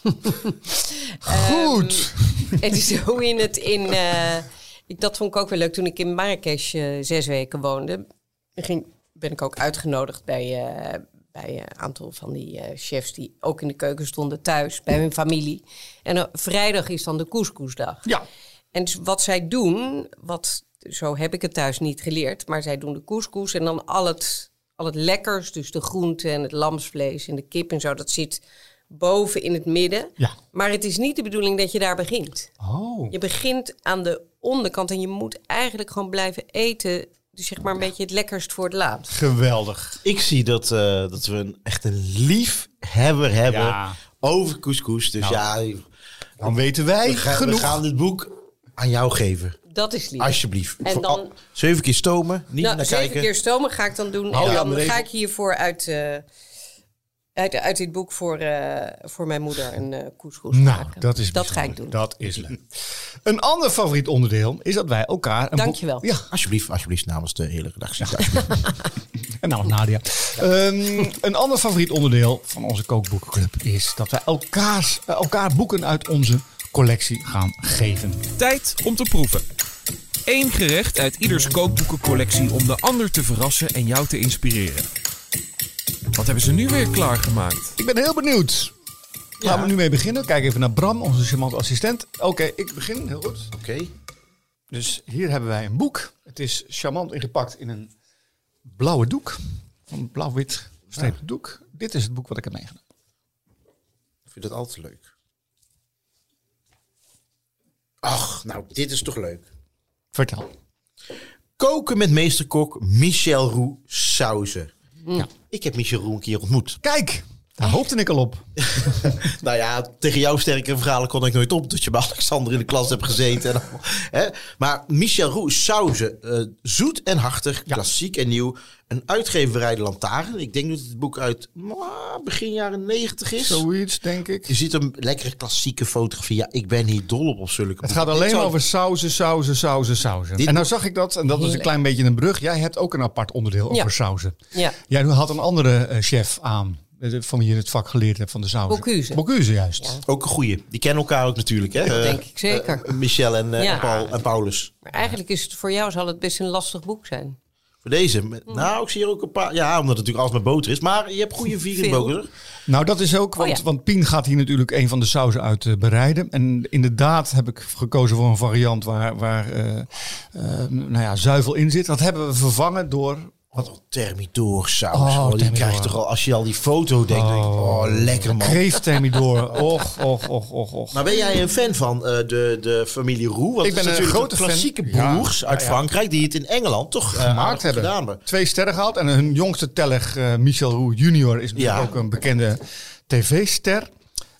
Goed. Het is zo in het in. Uh, ik, dat vond ik ook wel leuk toen ik in Marrakesh uh, zes weken woonde. Ging, ben ik ook uitgenodigd bij, uh, bij een aantal van die uh, chefs die ook in de keuken stonden thuis bij mijn familie. En uh, vrijdag is dan de couscousdag. Ja. En dus wat zij doen, wat zo heb ik het thuis niet geleerd, maar zij doen de couscous en dan al het, al het lekkers, dus de groenten en het lamsvlees en de kip en zo, dat zit boven in het midden. Ja. Maar het is niet de bedoeling dat je daar begint. Oh. Je begint aan de onderkant en je moet eigenlijk gewoon blijven eten. Dus zeg maar een beetje het lekkerst voor het laatst. Geweldig. Ik zie dat, uh, dat we een, echt een liefhebber hebben Ja. over couscous. Dus Nou, ja, Dan weten wij we gaan, we genoeg. gaan dit boek aan jou geven. Dat is lief. Alsjeblieft. En Voor- dan- al- zeven keer stomen, niet Nou, naar zeven kijken. keer stomen ga ik dan doen. Hou en je aan dan de regel. ga ik hiervoor uit, uh, uit, uit dit boek voor, uh, voor mijn moeder een uh, couscous Nou, maken. dat is Dat ga bijzonder. ik doen. Dat is leuk. Een ander favoriet onderdeel is dat wij elkaar... Een Dankjewel. boek- Ja, Alsjeblieft, alsjeblieft, namens de hele redactie. Alsjeblieft. en nou Nadia. Um, een ander favoriet onderdeel van onze kookboekenclub is dat wij elkaars, uh, elkaar boeken uit onze collectie gaan geven. Tijd om te proeven. Eén gerecht uit ieders kookboekencollectie om de ander te verrassen en jou te inspireren. Wat hebben ze nu weer klaargemaakt? Ik ben heel benieuwd. Ja. Laten we nu mee beginnen. Kijk even naar Bram, onze charmante assistent. Oké, okay, ik begin. Heel goed. Oké. Dus hier hebben wij een boek. Het is charmant ingepakt in een blauwe doek. Een blauw-wit gestreepte doek. Dit is het boek wat ik heb meegenomen. Ik vind het altijd leuk. Ach, nou, dit is toch leuk. Vertel. Koken met meesterkok Michel Roux sauzen. Ja. Ik heb Michel Roux een keer ontmoet. Kijk, daar hoopte ik al op. Nou ja, tegen jouw sterke verhalen kon ik nooit op. Dat je bij Alexander in de klas hebt gezeten. En allemaal, hè? Maar Michel Roux sauzen. Uh, zoet en hartig, Ja. klassiek en nieuw. Een uitgeverij De Lantaarn. Ik denk dat het boek uit uh, begin jaren negentig is. Zoiets, denk ik. Je ziet een lekkere klassieke fotografie. Ja, ik ben hier dol op op zulke Het boeken. gaat alleen Dit maar zou- over sauzen, sauzen, sauzen, sauzen. Dit- En nou zag ik dat, en dat is een klein beetje een brug. Jij hebt ook een apart onderdeel Ja. over sauzen. Ja. Jij had een andere uh, chef aan, uh, van wie je het vak geleerd hebt van de sauzen. Bocuse. Bocuse, juist. Ja. Ook een goeie. Die kennen elkaar ook natuurlijk. Hè? Dat Eh, denk ik zeker. eh, Michel en, uh, Ja. en, Paul, en Paulus. Maar eigenlijk is het voor jou zal het best een lastig boek zijn. Voor deze. Met- Nou, ik zie er ook een paar. Ja, omdat het natuurlijk alles met boter is. Maar je hebt goede vegan Veel. boter. Nou, dat is ook, want, Oh ja. want Pien gaat hier natuurlijk een van de sauzen uit uh, bereiden. En inderdaad heb ik gekozen voor een variant waar, waar uh, uh, nou ja, zuivel in zit. Dat hebben we vervangen door... Wat thermidor saus. Oh, Oh, die thermidor. krijg je toch al, als je al die foto denkt, denk ik, oh, lekker man. Kreeft thermidor. Och, och, och, och, och. Maar ben jij een fan van uh, de, de familie Roux? Want Ik ben het is een natuurlijk grote de klassieke fan. broers Ja, uit ja, ja. Frankrijk die het in Engeland toch uh, gemaakt aardig hebben. gedaan hebben. Twee sterren gehaald. En hun jongste telg, uh, Michel Roux junior, is natuurlijk Ja. ook een bekende tv-ster.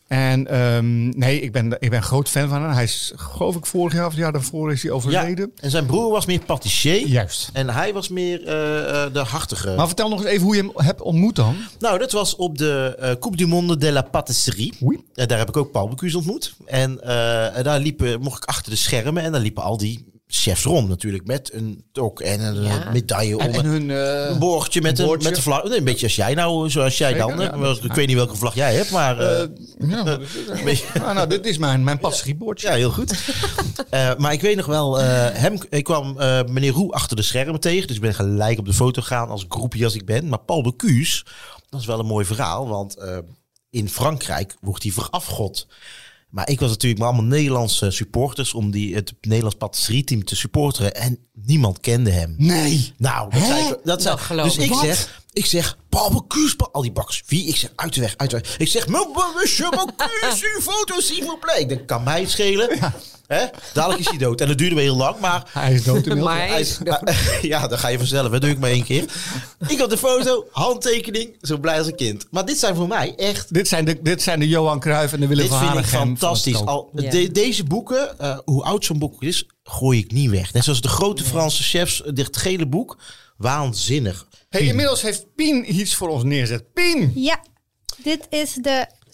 En um, nee, ik ben, ik ben groot fan van hem. Hij is, geloof ik, vorig jaar of het jaar daarvoor is hij Ja, overleden. en zijn broer was meer patissier. Juist. En hij was meer uh, uh, de hartige. Maar vertel nog eens even hoe je hem hebt ontmoet dan. Nou, dat was op de uh, Coupe du Monde de la Pâtisserie. Oei. Uh, daar heb ik ook Paul Bocuse ontmoet. En uh, daar liepen, mocht ik achter de schermen en daar liepen al die chefs rond natuurlijk. Met een tok en een Ja. uh, medaille om. En, en hun... uh, Een boordje met een een, boordje. met een vlag. Nee, een beetje als jij nou, zoals jij Zeker, dan. ja. hè. Ik weet niet welke vlag jij hebt, maar... Uh, Uh, ja, maar dit is- een beetje- ah, nou, dit is mijn, mijn passiebordje. ja, heel goed. uh, maar ik weet nog wel, uh, hem, ik kwam uh, meneer Roux achter de schermen tegen. Dus ik ben gelijk op de foto gegaan als groepie als ik ben. Maar Paul Bocuse, dat is wel een mooi verhaal. Want uh, in Frankrijk wordt hij verafgod. Maar ik was natuurlijk met allemaal Nederlandse supporters om die, het Nederlands patisserieteam te supporteren. En niemand kende hem. Nee. Nou, dat Hè? zei ik. Dat zei, Dat geloof dus ik. ik Wat? zeg, ik zeg, Paul Bocuse, Paul- al die bakkers. Wie? Ik zeg, uit de weg, uit de weg. Ik zeg, monsieur Bocuse, uw foto, s'il vous plaît. Ik denk, kan mij het schelen. Hè? Dadelijk is hij dood. En dat duurde wel heel lang, maar... Hij is dood inmiddels. Maar hij is dood. Ja, dat ga je vanzelf. Dat doe ik maar één keer. Ik had de foto, handtekening, zo blij als een kind. Maar dit zijn voor mij echt... Dit zijn, de, dit zijn de Johan Cruijff en de Willem Dit van vind ik Hanegem van het fantastisch. koken. Al, Ja. de- deze boeken, uh, hoe oud zo'n boek is, gooi ik niet weg. Net zoals de grote Franse chefs, dit gele boek. Waanzinnig. Hey, inmiddels heeft Pien iets voor ons neerzet. Pien! Ja, dit is de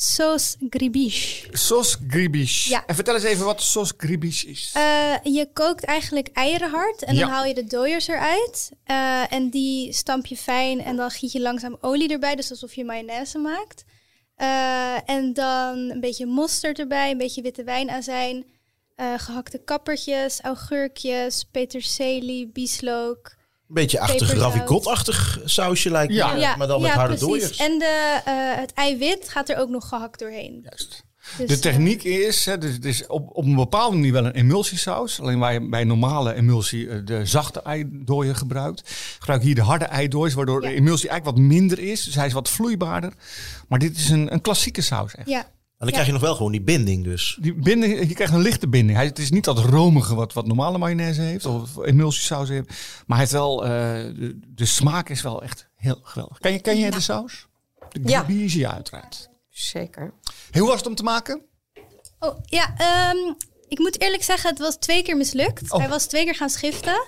sauce gribiche. Sauce gribiche. Ja. En vertel eens even wat sauce gribiche is. Uh, je kookt eigenlijk eieren hard en Ja. dan haal je de dooiers eruit. Uh, en die stamp je fijn en dan giet je langzaam olie erbij. Dus alsof je mayonaise maakt. Uh, en dan een beetje mosterd erbij, een beetje witte wijnazijn. Uh, gehakte kappertjes, augurkjes, peterselie, bieslook. Een beetje achtig Peperzout. ravigot-achtig sausje lijkt me, Ja. ja, maar dan met ja, harde precies. dooiers. En de, uh, het eiwit gaat er ook nog gehakt doorheen. Juist. Dus, De techniek is, hè, dus het is op, op een bepaalde manier wel een emulsiesaus. Alleen waar je bij normale emulsie uh, de zachte eidooien gebruikt. Gebruik hier de harde eidooiers, waardoor Ja. de emulsie eigenlijk wat minder is. Dus hij is wat vloeibaarder. Maar dit is een, een klassieke saus echt. Ja, En dan krijg je nog wel gewoon die binding dus. Die binding, je krijgt een lichte binding. Hij, het is niet dat romige wat, wat normale mayonaise heeft. Of emulsiesaus heeft. Maar hij heeft wel, uh, de, de smaak is wel echt heel geweldig. Ken je, ken jij de saus? De Ja. gribiche, ja, uiteraard. Zeker. Hey, hoe was het om te maken? oh, ja um, ik moet eerlijk zeggen, het was twee keer mislukt. Oh. Hij was twee keer gaan schiften.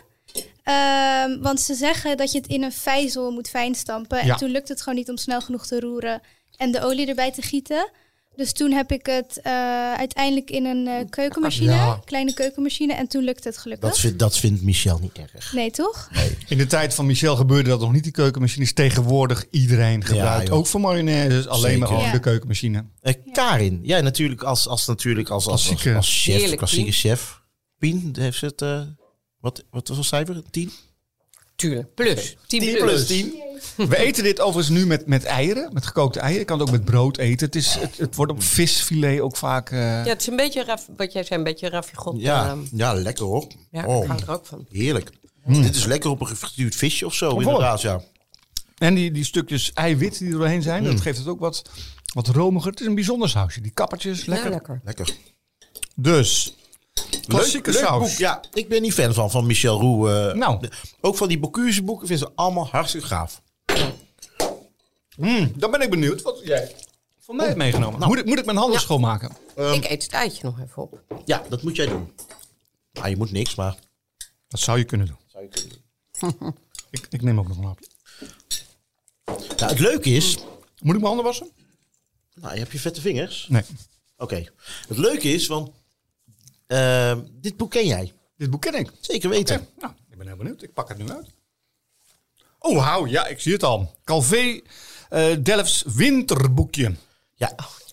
Um, want ze zeggen dat je het in een vijzel moet fijnstampen. En Ja. toen lukte het gewoon niet om snel genoeg te roeren en de olie erbij te gieten. Dus toen heb ik het uh, uiteindelijk in een uh, keukenmachine, Ja. kleine keukenmachine. En toen lukte het gelukkig. Dat vindt, dat vindt Michel niet erg. Nee, toch? In de tijd van Michel gebeurde dat nog niet, die keukenmachines. Tegenwoordig iedereen gebruikt. joh. Ook voor mayonaise, alleen maar Zeker. gewoon Ja. de keukenmachine. Uh, Karin, jij natuurlijk als, als, natuurlijk als, als, als, Klassieke. als chef, Heerlijk, klassieke Pien. chef. Pien, heeft ze het, uh, wat, wat was het cijfer? tien? Tuurlijk. Plus. tien tien plus. plus tien. We eten dit overigens nu met, met eieren, met gekookte eieren. Je kan het ook met brood eten. Het, is, het, het wordt op visfilet ook vaak... Uh, Ja, het is een beetje, raf, wat jij zei, een beetje ravigot. Ja, ehm, ja, lekker hoor. ja, oh, ik hou er ook van. heerlijk. Dit is lekker op een gefrituurd visje of zo, Of inderdaad. Ja. En die, die stukjes eiwit die er doorheen zijn, Mm. dat geeft het ook wat, wat romiger. Het is een bijzonder sausje. Die kappertjes, lekker. Ja, lekker. Lekker. Dus, klassieke leuk, leuk saus. boek. Ja, ik ben niet fan van, van Michel Roux. uh, Nou. de- ook van die Bocuse boeken vinden ze allemaal hartstikke gaaf. Mm, dan ben ik benieuwd wat jij van mij hebt meegenomen. Moet, ik, moet ik mijn handen Ja. schoonmaken? Ik eet het eitje nog even op. Ja, dat moet jij doen. Nou, je moet niks, maar... Dat zou je kunnen doen. Zou je kunnen doen. Ik, ik neem ook nog een hapje. Nou, het leuke is... Moet ik mijn handen wassen? Nou, je hebt je vette vingers. Nee. Oké. Het leuke is, want... uh, dit boek ken jij. Dit boek ken ik. Zeker weten. Ja, nou, ik ben heel benieuwd. Ik pak het nu uit. Oh, wauw. Ja, ik zie het al. Calvé uh, Delfts winterboekje. Ja.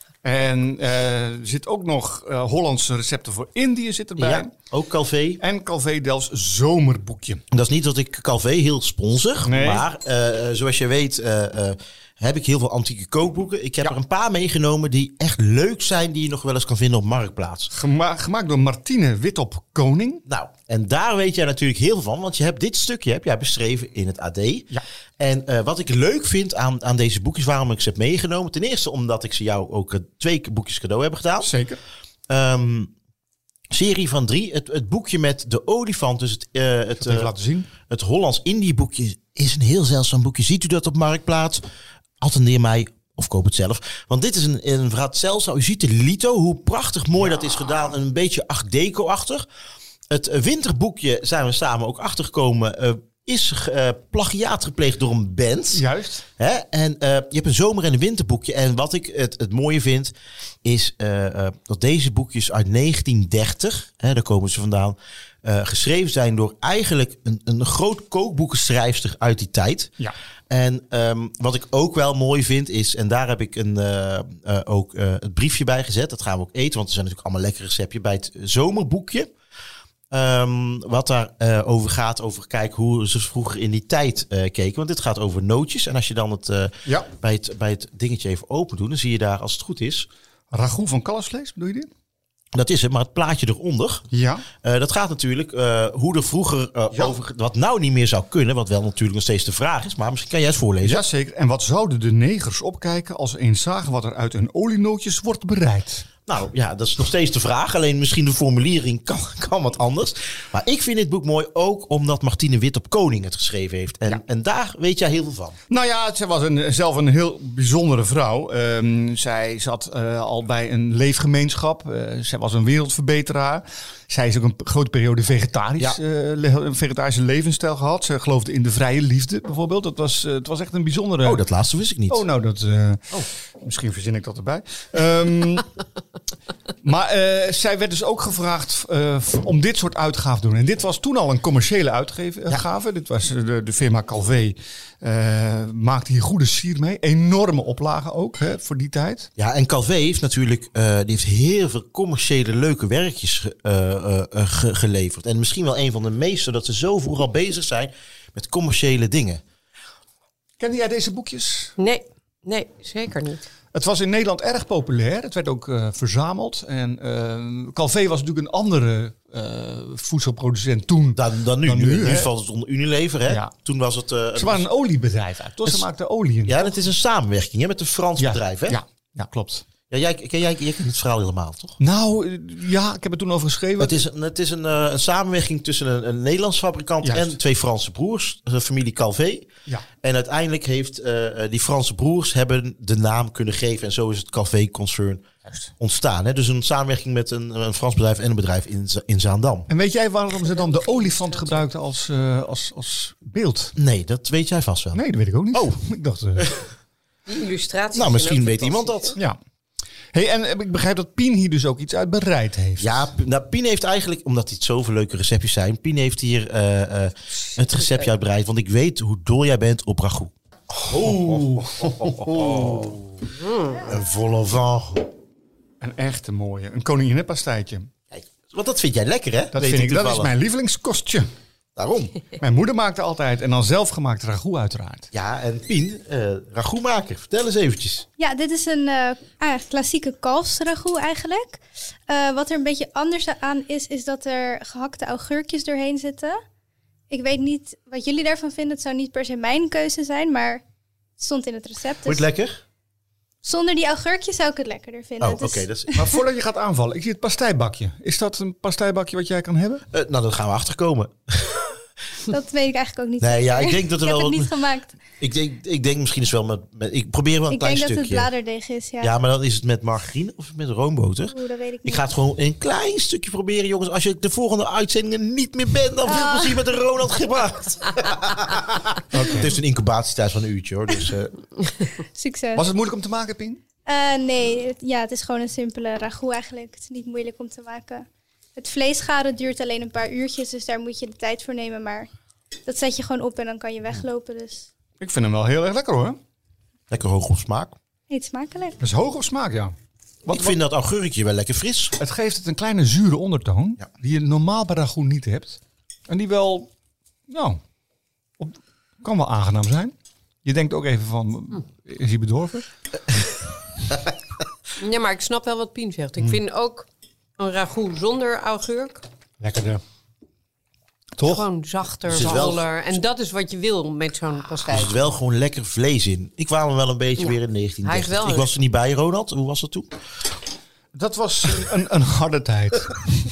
En uh, er zit ook nog uh, Hollandse recepten voor Indië zit erbij. ja, ook Calvé. En Calvé Delfts zomerboekje. Dat is niet dat ik Calvé heel sponsor. Nee. Maar uh, zoals je weet uh, uh, heb ik heel veel antieke kookboeken. Ik heb Ja. er een paar meegenomen die echt leuk zijn. Die je nog wel eens kan vinden op Marktplaats. Gema- gemaakt door Martine Wittop Koning. Nou, en daar weet jij natuurlijk heel veel van. Want je hebt dit stukje heb jij beschreven in het A D. Ja. En uh, wat ik leuk vind aan, aan deze boekjes, waarom ik ze heb meegenomen. Ten eerste omdat ik ze jou ook uh, twee boekjes cadeau heb gedaan. Zeker. Um, serie van drie. Het, het boekje met de olifant. Dus het, uh, het, Even uh, laten zien. het Hollands Indie boekje is een heel zeldzaam boekje. Ziet u dat op Marktplaats? Attendeer mij of koop het zelf. Want dit is een, een verhaal zeldzaam. U ziet de lito, hoe prachtig mooi dat is gedaan. Een beetje art deco-achtig. Het uh, winterboekje zijn we samen ook achtergekomen. Uh, is uh, plagiaat gepleegd door een band. Juist. Hè? En uh, je hebt een zomer- en een winterboekje. En wat ik het, het mooie vind, is uh, uh, dat deze boekjes uit negentien dertig, hè, daar komen ze vandaan, uh, geschreven zijn door eigenlijk een, een groot kookboekenschrijfster uit die tijd. Ja. En um, wat ik ook wel mooi vind is, en daar heb ik een, uh, uh, ook uh, het briefje bij gezet. Dat gaan we ook eten, want er zijn natuurlijk allemaal lekkere receptjes bij het zomerboekje. Um, wat daar uh, over gaat, over kijken hoe ze vroeger in die tijd uh, keken. Want dit gaat over nootjes. En als je dan het, uh, Ja. bij het, bij het dingetje even open doet, dan zie je daar, als het goed is, Ragout van kalfsvlees, bedoel je dit? dat is het, maar het plaatje eronder. Ja. Uh, dat gaat natuurlijk uh, hoe er vroeger uh, Ja. over, wat nou niet meer zou kunnen, wat wel natuurlijk nog steeds de vraag is. Maar misschien kan jij het voorlezen. Jazeker. En wat zouden de negers opkijken als ze eens zagen wat er uit hun olienootjes wordt bereid? Nou ja, dat is nog steeds de vraag. Alleen misschien de formulering kan, kan wat anders. Maar ik vind dit boek mooi ook omdat Martine Witt op Koning het geschreven heeft. En, Ja. en daar weet jij heel veel van. Nou ja, zij was een, zelf een heel bijzondere vrouw. Um, zij zat uh, al bij een leefgemeenschap. Uh, zij was een wereldverbeteraar. Zij is ook een grote periode vegetarisch, Ja. uh, le- een vegetarische levensstijl gehad. Ze geloofde in de vrije liefde bijvoorbeeld. Dat was, uh, het was echt een bijzondere... Oh, dat laatste wist ik niet. Oh, nou, dat, uh, misschien verzin ik dat erbij. Um, maar uh, zij werd dus ook gevraagd uh, om dit soort uitgaven te doen. En dit was toen al een commerciële uitgave. Dit was uh, de, de firma Calvé. Uh, maakte hier goede sier mee. Enorme oplagen ook, hè, voor die tijd. Ja, en Calvé heeft natuurlijk uh, die heeft heel veel commerciële leuke werkjes uh, uh, uh, ge- geleverd. En misschien wel een van de meeste dat ze zo vroeg al bezig zijn met commerciële dingen. Kende jij deze boekjes? Nee, nee, zeker niet. Het was in Nederland erg populair. Het werd ook uh, verzameld. En uh, Calvé was natuurlijk een andere uh, voedselproducent toen. Dan, dan nu. Dan nu, nu, nu hè? valt het onder Unilever. Hè? Ja. Toen was het... Uh, Ze waren een oliebedrijf eigenlijk. Toch? Ze Het- maakten olie in. ja, en het is een samenwerking hè, met een Frans ja, bedrijf. Hè? Ja, ja, klopt. Ja, jij, jij, jij, jij kent het verhaal helemaal, toch? Nou, uh, ja, ik heb er toen over geschreven. Het is, een, het is een, uh, een samenwerking tussen een, een Nederlands fabrikant Juist. en twee Franse broers, de familie Calvé. Ja. En uiteindelijk heeft uh, die Franse broers hebben de naam kunnen geven en zo is het Calvé-concern Juist. ontstaan. Hè? Dus een samenwerking met een, een Frans bedrijf en een bedrijf in, Z- in Zaandam. En weet jij waarom ze dan de olifant gebruikten als, uh, als, als beeld? Nee, dat weet jij vast wel. Nee, dat weet ik ook niet. Oh. Ik dacht... Uh, Die illustraties. Nou, misschien zijn ook weet iemand fantastisch, dat. ja. Hey, en ik begrijp dat Pien hier dus ook iets uit bereid heeft. Ja, P- nou, Pien heeft eigenlijk, omdat dit zoveel leuke receptjes zijn, Pien heeft hier uh, uh, het receptje uitbereid. Want ik weet hoe dol jij bent op ragout. Oh, een volle van. Een echte mooie. Een koninginnenpastijtje. Kijk, want dat vind jij lekker, hè? Dat Weet vind ik, dat is toevallig. mijn lievelingskostje. Daarom. Mijn moeder maakte altijd. En dan zelfgemaakt ragout uiteraard. Ja, en Pien, uh, ragoutmaker. Vertel eens eventjes. Ja, dit is een uh, ah, klassieke kalfsragout eigenlijk. Uh, wat er een beetje anders aan is, is dat er gehakte augurkjes doorheen zitten. Ik weet niet wat jullie daarvan vinden. Het zou niet per se mijn keuze zijn, maar het stond in het recept. Vond je het Dus lekker? zonder die augurkjes zou ik het lekkerder vinden. Oh, Het oké. is- dat is- Maar voordat je gaat aanvallen. Ik zie het pastijbakje. Is dat een pastijbakje wat jij kan hebben? uh, nou, dat gaan we achterkomen. Dat weet ik eigenlijk ook niet. Nee, ja, zeker. ik denk dat er ik wel heb het wat- niet gemaakt. Ik denk, ik denk misschien is wel met, met... Ik probeer wel een Ik klein denk dat het stukje. bladerdeeg is, ja. Ja, maar dan is het met margarine of met roomboter. Oeh, dat weet ik niet. Ik ga het gewoon een klein stukje proberen, jongens. Als je de volgende uitzendingen niet meer bent, dan veel Ah. plezier met de Ronald gebracht. Het heeft een incubatietijd van een uurtje, hoor. Dus, uh, Succes. Was het moeilijk om te maken, Pien? Eh, nee, het, ja, het is gewoon een simpele ragout eigenlijk. Het is niet moeilijk om te maken. Het vlees garen duurt alleen een paar uurtjes, dus daar moet je de tijd voor nemen. Maar dat zet je gewoon op en dan kan je weglopen. Dus Ik vind hem wel heel erg lekker hoor. lekker hoog op smaak. eet smakelijk. Dat is hoog op smaak, ja. Wat, Ik vind dat augurkje wel lekker fris. Het geeft het een kleine zure ondertoon. Ja. Die je normaal bij ragout niet hebt. En die wel, nou, op, kan wel aangenaam zijn. Je denkt ook even van, is hij bedorven? Ja, maar ik snap wel wat Pien zegt. Ik vind ook een ragout zonder augurk Lekkerder. Toch? gewoon zachter, Er zit wel- voller. En dat is wat je wil met zo'n Er pastei. zit wel gewoon lekker vlees in. Ik kwam er wel een beetje Ja. weer in negentien dertig. Hij is wel Ik een- was er niet bij, Ronald. Hoe was dat toen? Dat was een, een, een harde tijd.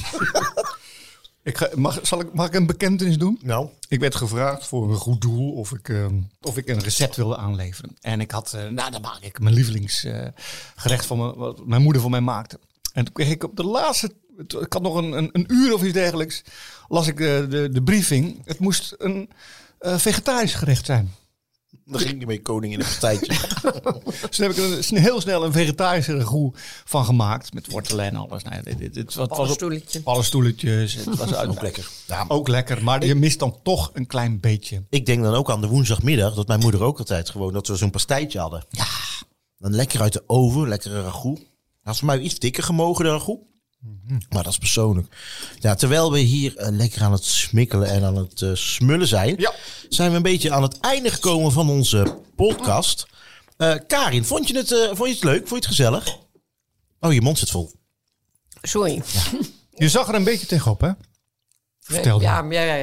ik ga, mag, zal ik, mag ik een bekentenis doen? Nou, Ik werd gevraagd voor een goed doel of ik, eh, of ik een recept wilde aanleveren. En ik had, eh, nou dan maak ik mijn lievelingsgerecht van me, wat mijn moeder voor mij maakte. En toen kreeg ik op de laatste, ik had nog een, een, een uur of iets dergelijks, las ik de, de, de briefing. Het moest een eh, vegetarisch gerecht zijn. dan ging ik mee koning in een partijtje. Dus daar heb ik er een, heel snel een vegetarische ragout van gemaakt. Met wortelen en alles. Nou, dit, dit, dit, het was op- Paddenstoeltje. Paddenstoeltjes. Het was uit, Ook lekker. Ja, Ook lekker, maar je mist dan toch een klein beetje. ik denk dan ook aan de woensdagmiddag, dat mijn moeder ook altijd gewoon, dat we zo'n pastijtje hadden. Ja. Dan lekker uit de oven, lekkere ragout. Dat is voor mij iets dikker gemogen, de ragout. Maar dat is persoonlijk. Ja, terwijl we hier eh, lekker aan het smikkelen en aan het eh, smullen zijn, Ja. zijn we een beetje aan het einde gekomen van onze podcast. Eh, Karin, vond je, het, eh, vond je het leuk? Vond je het gezellig? Oh, je mond zit vol. Sorry. Je zag er een beetje tegenop, hè? Vertel ja, dan. ja, ja, ja.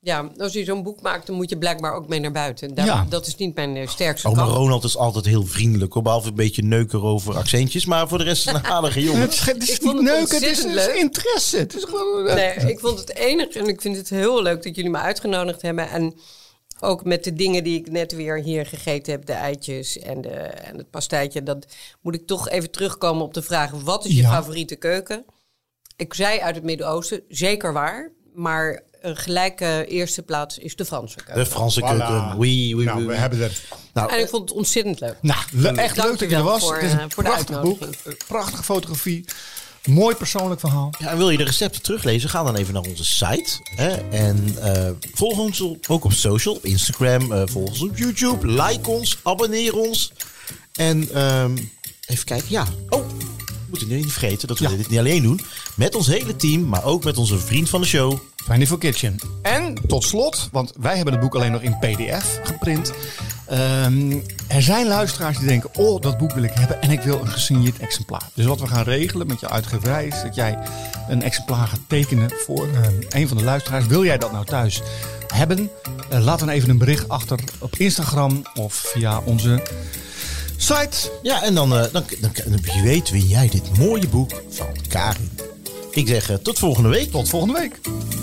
Ja, als je zo'n boek maakt, dan moet je blijkbaar ook mee naar buiten. Daar, Ja. Dat is niet mijn uh, sterkste Oh, maar kant. Ronald is altijd heel vriendelijk. Hoor. Behalve een beetje neuken over accentjes. Maar voor de rest is een aardige jongen. Het is, het is Ik niet vond het neuken, het is, ontzettend het is leuk. interesse. Het is gewoon, uh, Nee, ik vond het enig en ik vind het heel leuk dat jullie me uitgenodigd hebben. En ook met de dingen die ik net weer hier gegeten heb, de eitjes en, de, en het pastijtje. Dat moet ik toch even terugkomen op de vraag, wat is je Ja. favoriete keuken? Ik zei uit het Midden-Oosten, zeker waar. Maar een gelijke eerste plaats is de Franse keuken. De Franse Voilà. keuken. Oui, oui, nou, oui. we hebben het. Nou, En ik vond het ontzettend leuk. Nou, le- echt Dank leuk dat je je er wel was. voor, Het is eh, een voor de prachtig boek, uitnodiging. een prachtige fotografie, mooi persoonlijk verhaal. ja, en wil je de recepten teruglezen? Ga dan even naar onze site. Hè? En uh, volg ons ook op social, op Instagram. Uh, volg ons op YouTube. Like ons, abonneer ons. En um, even kijken. Ja, oh, we moeten niet vergeten dat we Ja. dit niet alleen doen. Met ons hele team, maar ook met onze vriend van de show. Twenty-four Kitchen. En tot slot, want wij hebben het boek alleen nog in P D F geprint. Um, er zijn luisteraars die denken, oh, dat boek wil ik hebben en ik wil een gesigneerd exemplaar. Dus wat we gaan regelen met je uitgeverij is dat jij een exemplaar gaat tekenen voor uh, een van de luisteraars. Wil jij dat nou thuis hebben? Uh, laat dan even een bericht achter op Instagram of via onze site. Ja, en dan, uh, dan, dan, dan, wie weet win jij dit mooie boek van Karin. Ik zeg uh, tot volgende week. Tot volgende week.